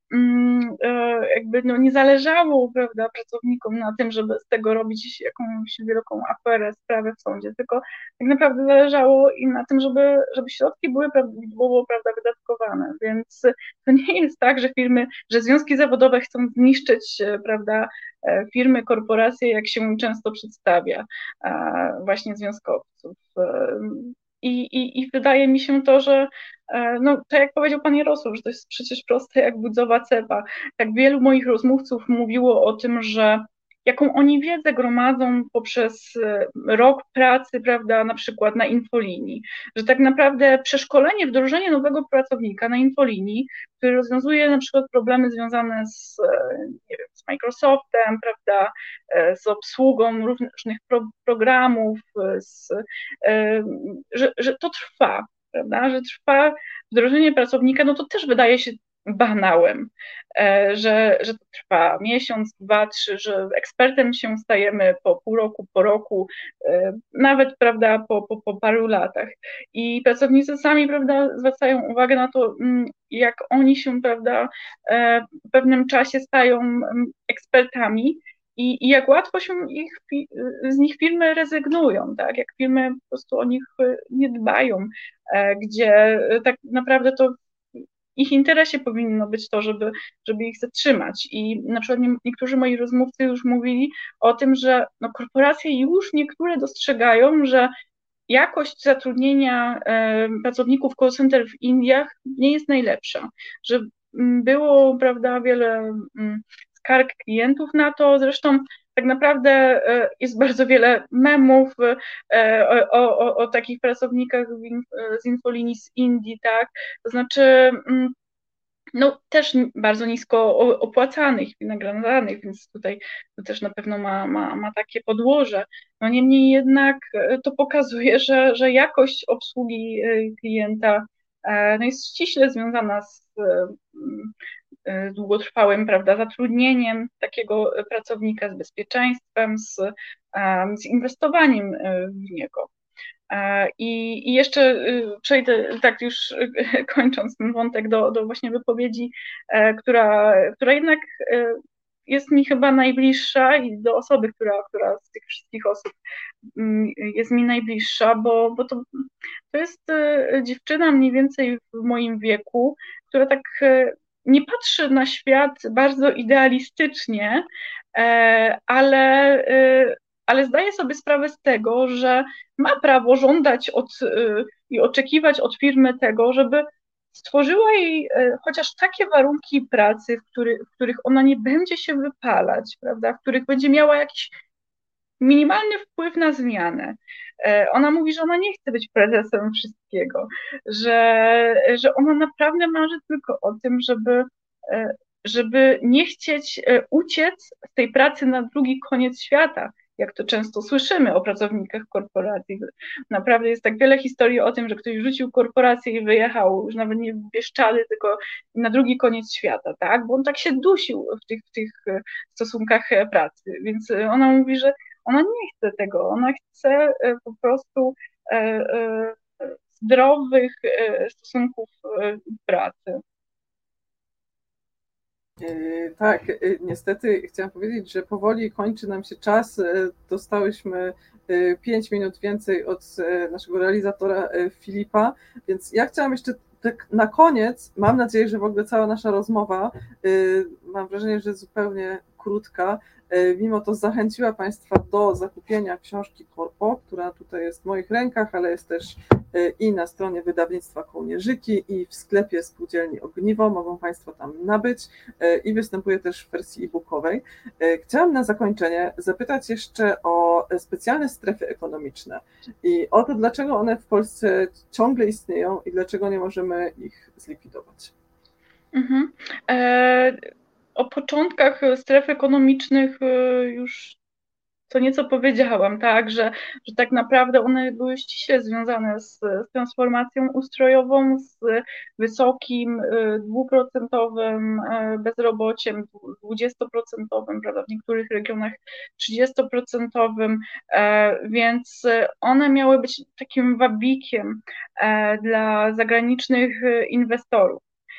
jakby no nie zależało, prawda, pracownikom na tym, żeby z tego robić jakąś wielką aferę, sprawę w sądzie, tylko tak naprawdę zależało im na tym, żeby, żeby środki były prawidłowo, prawda, wydatkowane, więc to nie jest tak, że firmy, że związki zawodowe chcą zniszczyć, prawda, firmy, korporacje, jak się często przedstawia właśnie związkowców. I, i, I wydaje mi się to, że no, tak jak powiedział pan Jarosław, że to jest przecież proste jak budzowa cepa. Tak wielu moich rozmówców mówiło o tym, że jaką oni wiedzę gromadzą poprzez rok pracy, prawda, na przykład na infolinii, że tak naprawdę przeszkolenie, wdrożenie nowego pracownika na infolinii, który rozwiązuje na przykład problemy związane z, nie wiem, z Microsoftem, prawda, z obsługą różnych pro, programów, z, że, że to trwa, prawda, że trwa wdrożenie pracownika, no to też wydaje się banałem, że, że to trwa miesiąc, dwa, trzy, że ekspertem się stajemy po pół roku, po roku, nawet, prawda, po, po, po paru latach. I pracownicy sami, prawda, zwracają uwagę na to, jak oni się, prawda, w pewnym czasie stają ekspertami i, i jak łatwo się ich, z nich firmy rezygnują, tak, jak firmy po prostu o nich nie dbają, gdzie tak naprawdę to w ich interesie powinno być to, żeby, żeby ich zatrzymać. I na przykład nie, niektórzy moi rozmówcy już mówili o tym, że no, korporacje już niektóre dostrzegają, że jakość zatrudnienia e, pracowników call center w Indiach nie jest najlepsza, że m, było, prawda, wiele m, skarg klientów na to, zresztą tak naprawdę e, jest bardzo wiele memów e, o, o, o takich pracownikach z infolinii z Indii, tak, to znaczy m, no też bardzo nisko opłacanych, wynagradzanych, więc tutaj to też na pewno ma, ma, ma takie podłoże. No niemniej jednak to pokazuje, że, że jakość obsługi klienta no jest ściśle związana z długotrwałym, prawda, zatrudnieniem takiego pracownika, z bezpieczeństwem, z, z inwestowaniem w niego. I, i jeszcze przejdę, tak już kończąc ten wątek, do, do właśnie wypowiedzi, która, która jednak jest mi chyba najbliższa i do osoby, która, która z tych wszystkich osób jest mi najbliższa, bo, bo to, to jest dziewczyna mniej więcej w moim wieku, która tak nie patrzy na świat bardzo idealistycznie, ale, ale zdaje sobie sprawę z tego, że ma prawo żądać od, i oczekiwać od firmy tego, żeby stworzyła jej chociaż takie warunki pracy, w, który, w których ona nie będzie się wypalać, prawda, w których będzie miała jakiś minimalny wpływ na zmianę. Ona mówi, że ona nie chce być prezesem wszystkiego, że, że ona naprawdę marzy tylko o tym, żeby, żeby nie chcieć uciec z tej pracy na drugi koniec świata, jak to często słyszymy o pracownikach korporacji. Naprawdę jest tak wiele historii o tym, że ktoś rzucił korporację i wyjechał, już nawet nie w Bieszczady, tylko na drugi koniec świata, tak? Bo on tak się dusił w tych, w tych stosunkach pracy. Więc ona mówi, że ona nie chce tego, ona chce po prostu zdrowych stosunków pracy. Tak, niestety chciałam powiedzieć, że powoli kończy nam się czas. Dostałyśmy pięć minut więcej od naszego realizatora Filipa, więc ja chciałam jeszcze tak na koniec, mam nadzieję, że w ogóle cała nasza rozmowa, mam wrażenie, że jest zupełnie krótka, mimo to zachęciła Państwa do zakupienia książki Korpo, która tutaj jest w moich rękach, ale jest też i na stronie wydawnictwa Kołnierzyki i w sklepie Spółdzielni Ogniwo, mogą Państwo tam nabyć i występuje też w wersji e-bookowej. Chciałam na zakończenie zapytać jeszcze o specjalne strefy ekonomiczne i o to, dlaczego one w Polsce ciągle istnieją i dlaczego nie możemy ich zlikwidować. Mhm. E- O początkach stref ekonomicznych już co nieco powiedziałam, tak, że, że tak naprawdę one były ściśle związane z, z transformacją ustrojową, z wysokim dwuprocentowym bezrobociem, dwudziestoprocentowym, prawda, w niektórych regionach trzydziestoprocentowym, więc one miały być takim wabikiem dla zagranicznych inwestorów.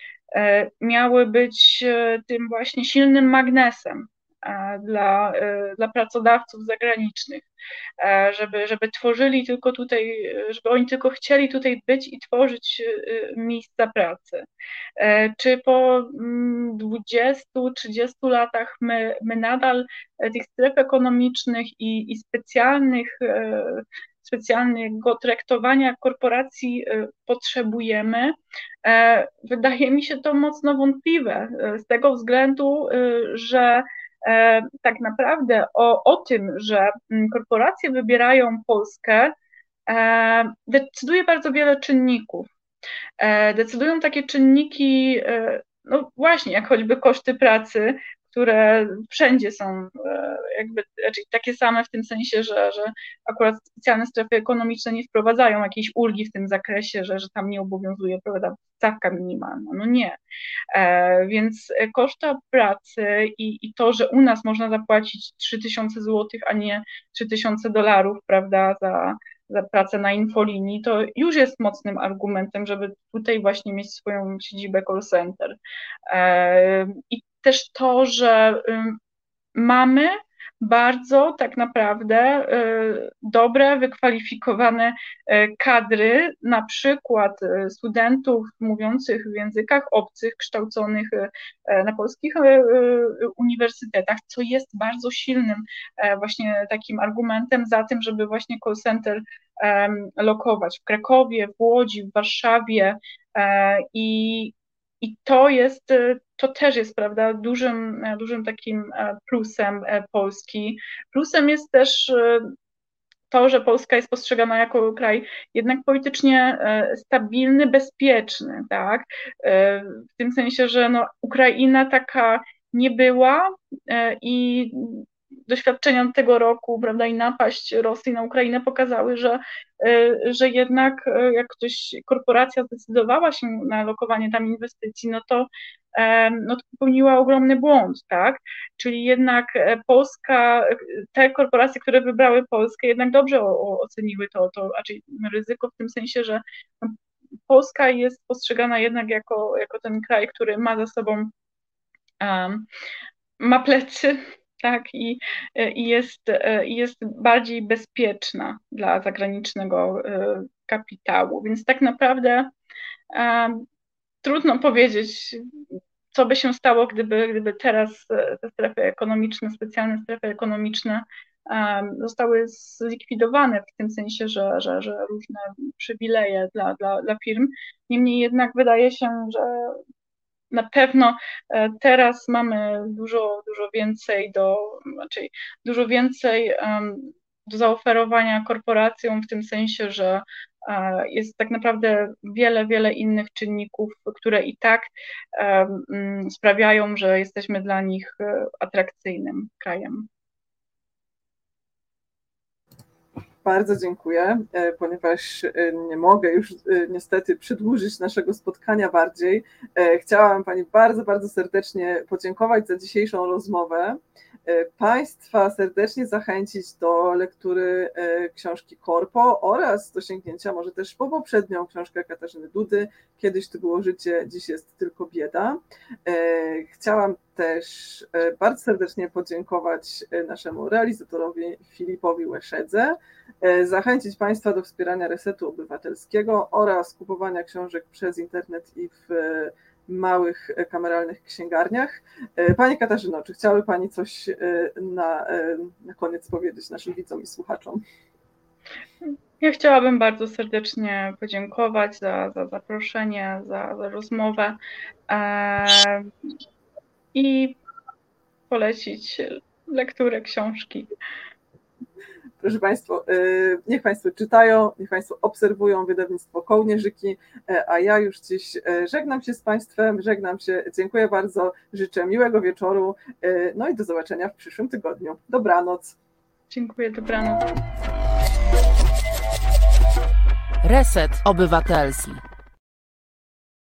Miały być tym właśnie silnym magnesem dla, dla pracodawców zagranicznych, żeby, żeby tworzyli tylko tutaj, żeby oni tylko chcieli tutaj być i tworzyć miejsca pracy. Czy po dwudziestu trzydziestu latach my, my nadal tych stref ekonomicznych i, i specjalnych specjalnego traktowania korporacji potrzebujemy? Wydaje mi się to mocno wątpliwe, z tego względu, że tak naprawdę o, o tym, że korporacje wybierają Polskę, decyduje bardzo wiele czynników. Decydują takie czynniki, no właśnie, jak choćby koszty pracy, które wszędzie są jakby znaczy takie same w tym sensie, że, że akurat specjalne strefy ekonomiczne nie wprowadzają jakiejś ulgi w tym zakresie, że, że tam nie obowiązuje, prawda, stawka minimalna. No nie. E, więc koszta pracy i, i to, że u nas można zapłacić trzy tysiące złotych, a nie trzy tysiące dolarów, prawda, za, za pracę na infolinii, to już jest mocnym argumentem, żeby tutaj właśnie mieć swoją siedzibę call center. E, I też to, że mamy bardzo tak naprawdę dobre, wykwalifikowane kadry, na przykład studentów mówiących w językach obcych, kształconych na polskich uniwersytetach, co jest bardzo silnym właśnie takim argumentem za tym, żeby właśnie call center lokować w Krakowie, w Łodzi, w Warszawie i I to jest, to też jest, prawda, dużym, dużym takim plusem Polski. Plusem jest też to, że Polska jest postrzegana jako kraj jednak politycznie stabilny, bezpieczny, tak? W tym sensie, że no, Ukraina taka nie była i doświadczenia tego roku, prawda, i napaść Rosji na Ukrainę pokazały, że, że jednak jak ktoś, korporacja zdecydowała się na lokowanie tam inwestycji, no to, no to popełniła ogromny błąd, tak? Czyli jednak Polska, te korporacje, które wybrały Polskę, jednak dobrze oceniły to, to raczej ryzyko w tym sensie, że Polska jest postrzegana jednak jako, jako ten kraj, który ma za sobą um, ma plecy, tak, i, i, jest, i jest bardziej bezpieczna dla zagranicznego kapitału. Więc tak naprawdę um, trudno powiedzieć, co by się stało, gdyby, gdyby teraz te strefy ekonomiczne, specjalne strefy ekonomiczne um, zostały zlikwidowane, w tym sensie, że, że, że różne przywileje dla, dla, dla firm. Niemniej jednak wydaje się, że na pewno teraz mamy dużo, dużo więcej do, raczej dużo więcej um, do zaoferowania korporacjom, w tym sensie, że uh, jest tak naprawdę wiele, wiele innych czynników, które i tak um, sprawiają, że jesteśmy dla nich atrakcyjnym krajem. Bardzo dziękuję, ponieważ nie mogę już niestety przedłużyć naszego spotkania bardziej. Chciałam Pani bardzo, bardzo serdecznie podziękować za dzisiejszą rozmowę. Państwa serdecznie zachęcić do lektury książki Korpo oraz do sięgnięcia może też po poprzednią książkę Katarzyny Dudy, Kiedyś to było życie, dziś jest tylko bieda. Chciałam też bardzo serdecznie podziękować naszemu realizatorowi Filipowi Łeszedze, zachęcić Państwa do wspierania Resetu Obywatelskiego oraz kupowania książek przez internet i w małych kameralnych księgarniach. Pani Katarzyno, czy chciałaby Pani coś na, na koniec powiedzieć naszym widzom i słuchaczom? Ja chciałabym bardzo serdecznie podziękować za, za zaproszenie, za, za rozmowę e, i polecić lekturę książki. Proszę Państwa, niech Państwo czytają, niech Państwo obserwują wydawnictwo Kołnierzyki, a ja już dziś żegnam się z Państwem, żegnam się, dziękuję bardzo, życzę miłego wieczoru, no i do zobaczenia w przyszłym tygodniu. Dobranoc. Dziękuję, dobranoc. Reset Obywatelski.